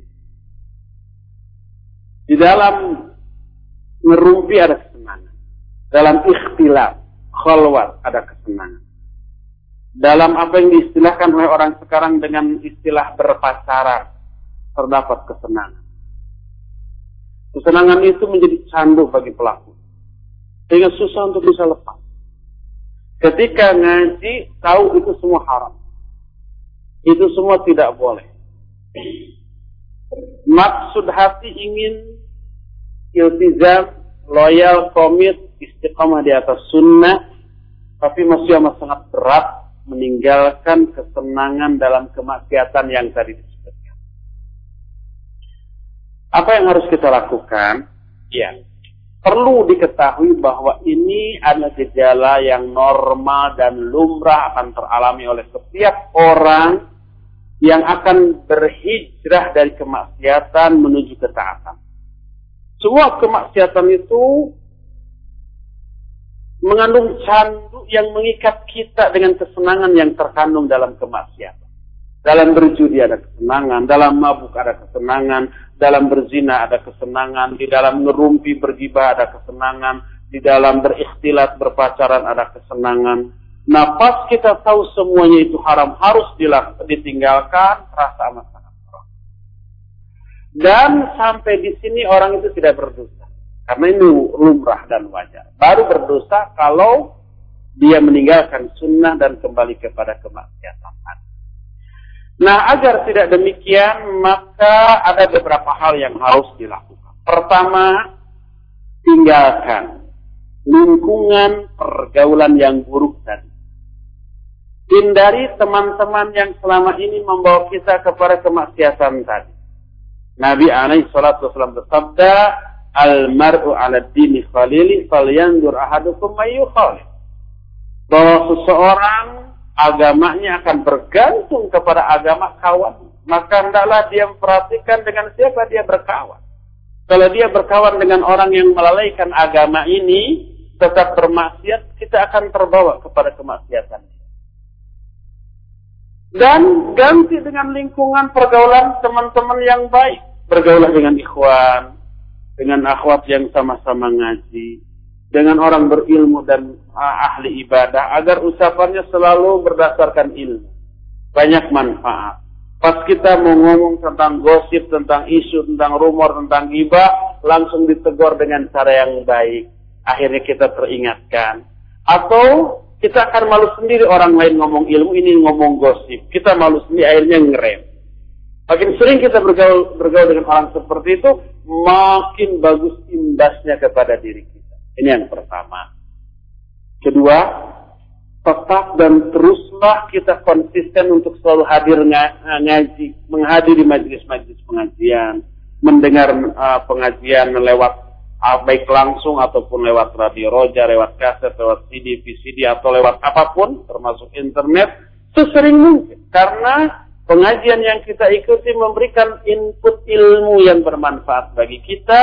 Di dalam ngerumpi ada kesenangan. Dalam ikhtilaf, khalwat ada kesenangan. Dalam apa yang diistilahkan oleh orang sekarang dengan istilah berpacaran, terdapat kesenangan. Kesenangan itu menjadi candu bagi pelaku. Sehingga susah untuk bisa lepas. Ketika ngaji, tahu itu semua haram. Itu semua tidak boleh. Maksud hati ingin iltizam, loyal, komit, istiqamah di atas sunnah, tapi masih amat sangat berat meninggalkan kesenangan dalam kemaksiatan yang tadi disebutkan. Apa yang harus kita lakukan? Ya, perlu diketahui bahwa ini adalah gejala yang normal dan lumrah akan teralami oleh setiap orang yang akan berhijrah dari kemaksiatan menuju ketaatan. Semua kemaksiatan itu mengandung candu yang mengikat kita dengan kesenangan yang terkandung dalam kemaksiatan. Dalam berjudi ada kesenangan, dalam mabuk ada kesenangan, dalam berzina ada kesenangan, di dalam ngerumpi bergibah ada kesenangan, di dalam berikhtilat berpacaran ada kesenangan. Nah, pas kita tahu semuanya itu haram, harus ditinggalkan, rasa amat sangat berat. Dan sampai di sini orang itu tidak berdosa. Karena ini lumrah dan wajar. Baru berdosa kalau dia meninggalkan sunnah dan kembali kepada kemaksiatan. Nah, agar tidak demikian, maka ada beberapa hal yang harus dilakukan. Pertama, tinggalkan lingkungan pergaulan yang buruk tadi. Hindari teman-teman yang selama ini membawa kita kepada kemaksiatan tadi. Nabi alaihi salatu wasallam bersabda, "Al-mar'u 'ala dini khalili falyanzur ahadukum may yukhalil." Bahwa seseorang agamanya akan bergantung kepada agama kawan. Maka hendaklah dia memperhatikan dengan siapa dia berkawan. Kalau dia berkawan dengan orang yang melalaikan agama ini, tetap bermaksiat, kita akan terbawa kepada kemaksiatan. Dan ganti dengan lingkungan pergaulan teman-teman yang baik. Bergaulah dengan ikhwan, dengan akhwat yang sama-sama ngaji, dengan orang berilmu dan ahli ibadah, agar ucapannya selalu berdasarkan ilmu. Banyak manfaat. Pas kita mau ngomong tentang gosip, tentang isu, tentang rumor, tentang ghibah, langsung ditegur dengan cara yang baik. Akhirnya kita teringatkan. Atau kita akan malu sendiri orang lain ngomong ilmu, ini ngomong gosip. Kita malu sendiri, akhirnya ngerem. Makin sering kita bergaul dengan orang seperti itu, makin bagus imbasnya kepada diri kita. Ini yang pertama. Kedua, tetap dan teruslah kita konsisten untuk selalu hadir ngaji, menghadiri majelis-majelis pengajian, mendengar pengajian lewat baik langsung ataupun lewat Radio Roja, lewat kaset, lewat CD, VCD atau lewat apapun, termasuk internet, sesering mungkin. Karena pengajian yang kita ikuti memberikan input ilmu yang bermanfaat bagi kita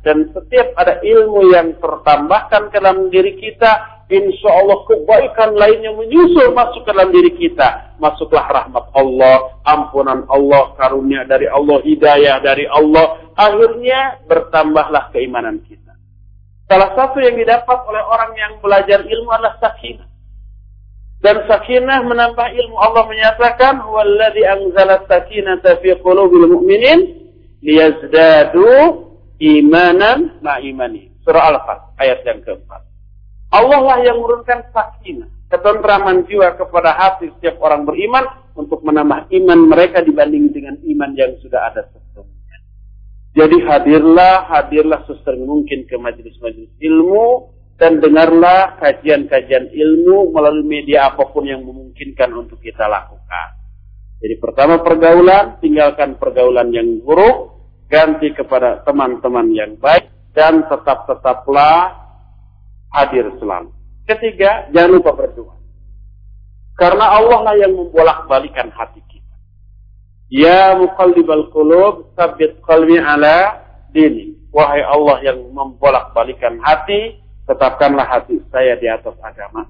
dan setiap ada ilmu yang tertambahkan ke dalam diri kita, insya Allah kebaikan lainnya menyusul masuk ke dalam diri kita. Masuklah rahmat Allah, ampunan Allah, karunia dari Allah, hidayah dari Allah. Akhirnya bertambahlah keimanan kita. Salah satu yang didapat oleh orang yang belajar ilmu adalah sakinah. Dan sakinah menambah ilmu. Allah menyatakan, "Huwallazi anzala sakinata fi qulubil mu'minin liyazdadu imanan ma imani." Surah Al-Fath ayat yang keempat. Allah lah yang menurunkan sakinah, ketentraman jiwa kepada hati setiap orang beriman untuk menambah iman mereka dibanding dengan iman yang sudah ada sebelumnya. Jadi hadirlah sesering mungkin ke majelis-majelis ilmu dan dengarlah kajian-kajian ilmu melalui media apapun yang memungkinkan untuk kita lakukan. Jadi pertama pergaulan, tinggalkan pergaulan yang buruk, ganti kepada teman-teman yang baik dan tetaplah hadir selalu. Ketiga, jangan lupa berdoa. Karena Allah lah yang membolak-balikan hati kita. Ya muqallibal qulub, tsabbit qalbi ala dini. Wahai Allah yang membolak-balikan hati, tetapkanlah hati saya di atas agama.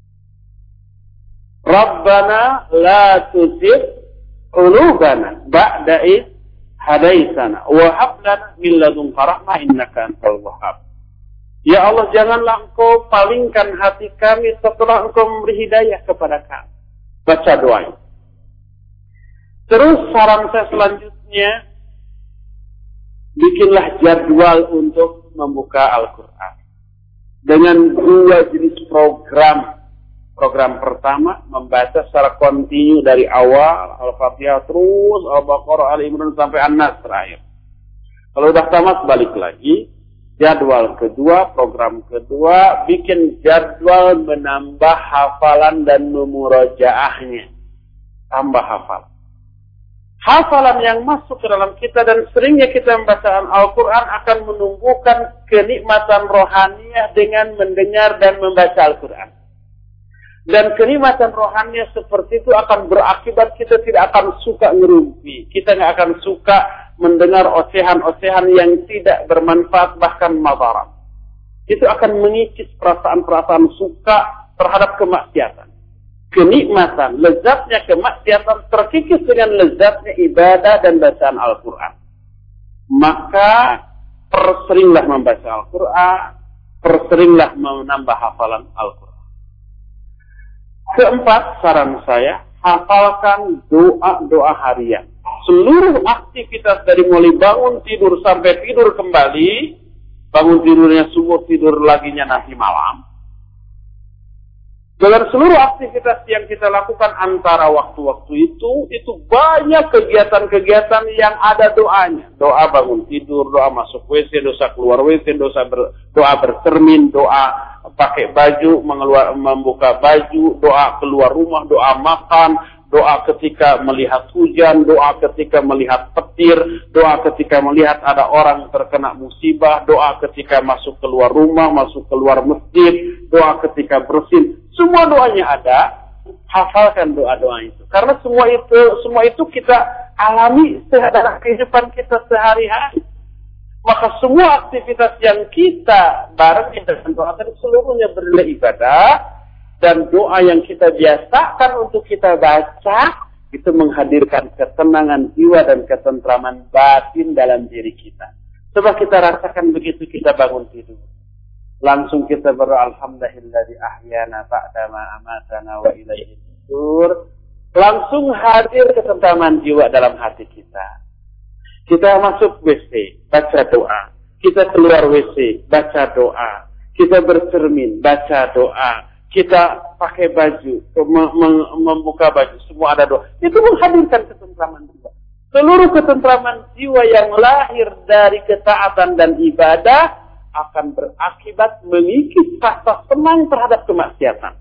Rabbana la tuzigh qulubana ba'da idh hadaitana wa hab lana min ladunka rahmah innaka antal wahhab. Ya Allah, janganlah Engkau palingkan hati kami setelah Engkau memberi hidayah kepada kami. Baca doa ini. Terus saran saya selanjutnya, bikinlah jadwal untuk membuka Al-Quran. Dengan 2 jenis program. Program pertama, membaca secara kontinu dari awal, Al-Fatihah terus, Al-Baqarah, Al-Imran sampai An-Nas terakhir. Kalau udah tamat, balik lagi. Jadwal kedua, program kedua, bikin jadwal menambah hafalan dan memurojaahnya. Tambah hafal. Hafalan yang masuk ke dalam kita dan seringnya kita membaca Al-Quran akan menumbuhkan kenikmatan rohaniah dengan mendengar dan membaca Al-Quran. Dan kenikmatan rohaniah seperti itu akan berakibat kita tidak akan suka ngerumpi. Kita tidak akan suka mendengar ocehan-ocehan yang tidak bermanfaat bahkan madarat. Itu akan mengikis perasaan-perasaan suka terhadap kemaksiatan. Kenikmatan, lezatnya kemaksiatan terkikis dengan lezatnya ibadah dan bacaan Al-Quran. Maka perseringlah membaca Al-Quran, perseringlah menambah hafalan Al-Quran. Keempat, saran saya, hafalkan doa-doa harian. Seluruh aktivitas dari mulai bangun tidur sampai tidur kembali, bangun tidurnya subuh, tidur laginya nanti malam. Dalam seluruh aktivitas yang kita lakukan antara waktu-waktu itu banyak kegiatan-kegiatan yang ada doanya. Doa bangun tidur, doa masuk WC, doa keluar WC, doa bercermin, doa pakai baju, membuka baju, doa keluar rumah, doa makan, doa ketika melihat hujan, doa ketika melihat petir, doa ketika melihat ada orang terkena musibah, doa ketika masuk keluar rumah, masuk keluar masjid, doa ketika bersin. Semua doanya ada, hafalkan doa-doa itu. Karena semua itu kita alami dalam kehidupan kita sehari-hari. Maka semua aktivitas yang kita bareng dengan doa tadi seluruhnya bernilai ibadah. Dan doa yang kita biasakan untuk kita baca, itu menghadirkan ketenangan jiwa dan ketentraman batin dalam diri kita. Coba kita rasakan begitu kita bangun tidur. Langsung kita berdoa, alhamdulillahilladzi ahyana ba'da ma amatana wa ilaihi nusyur. Langsung hadir ketentraman jiwa dalam hati kita. Kita masuk WC, baca doa. Kita keluar WC, baca doa. Kita bercermin, baca doa. Kita pakai baju, membuka baju, semua ada doa. Itu menghadirkan ketentraman jiwa. Seluruh ketentraman jiwa yang lahir dari ketaatan dan ibadah akan berakibat mengikis rasa senang terhadap kemaksiatan.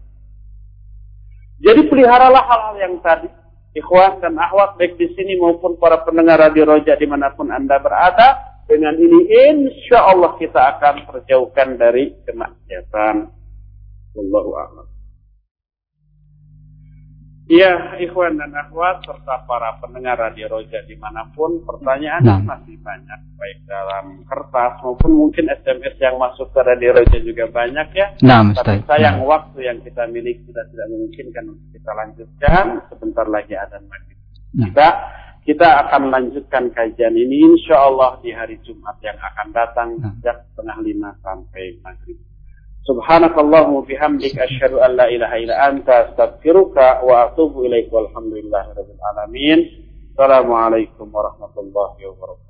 Jadi peliharalah hal-hal yang tadi, ikhwan dan akhwat baik di sini maupun para pendengar Radio Roja dimanapun Anda berada. Dengan ini insya Allah kita akan terjauhkan dari kemaksiatan. Wallahu a'lam. Iya, ikhwan dan akhwat serta para pendengar Radio Roja dimanapun, pertanyaan masih banyak, baik dalam kertas maupun mungkin SMS yang masuk ke Radio Roja juga banyak ya. Tapi sayang waktu yang kita miliki sudah tidak memungkinkan untuk kita lanjutkan. Sebentar lagi adzan maghrib. Kita akan lanjutkan kajian ini insya Allah di hari Jumat yang akan datang sejak 4:30 sampai maghrib. Subhanakallahumma bihamdik asyhadu an la ilaha illa anta astaghfiruka wa atubu ilaik walhamdulillahirabbil alamin. Assalamualaikum warahmatullahi wabarakatuh.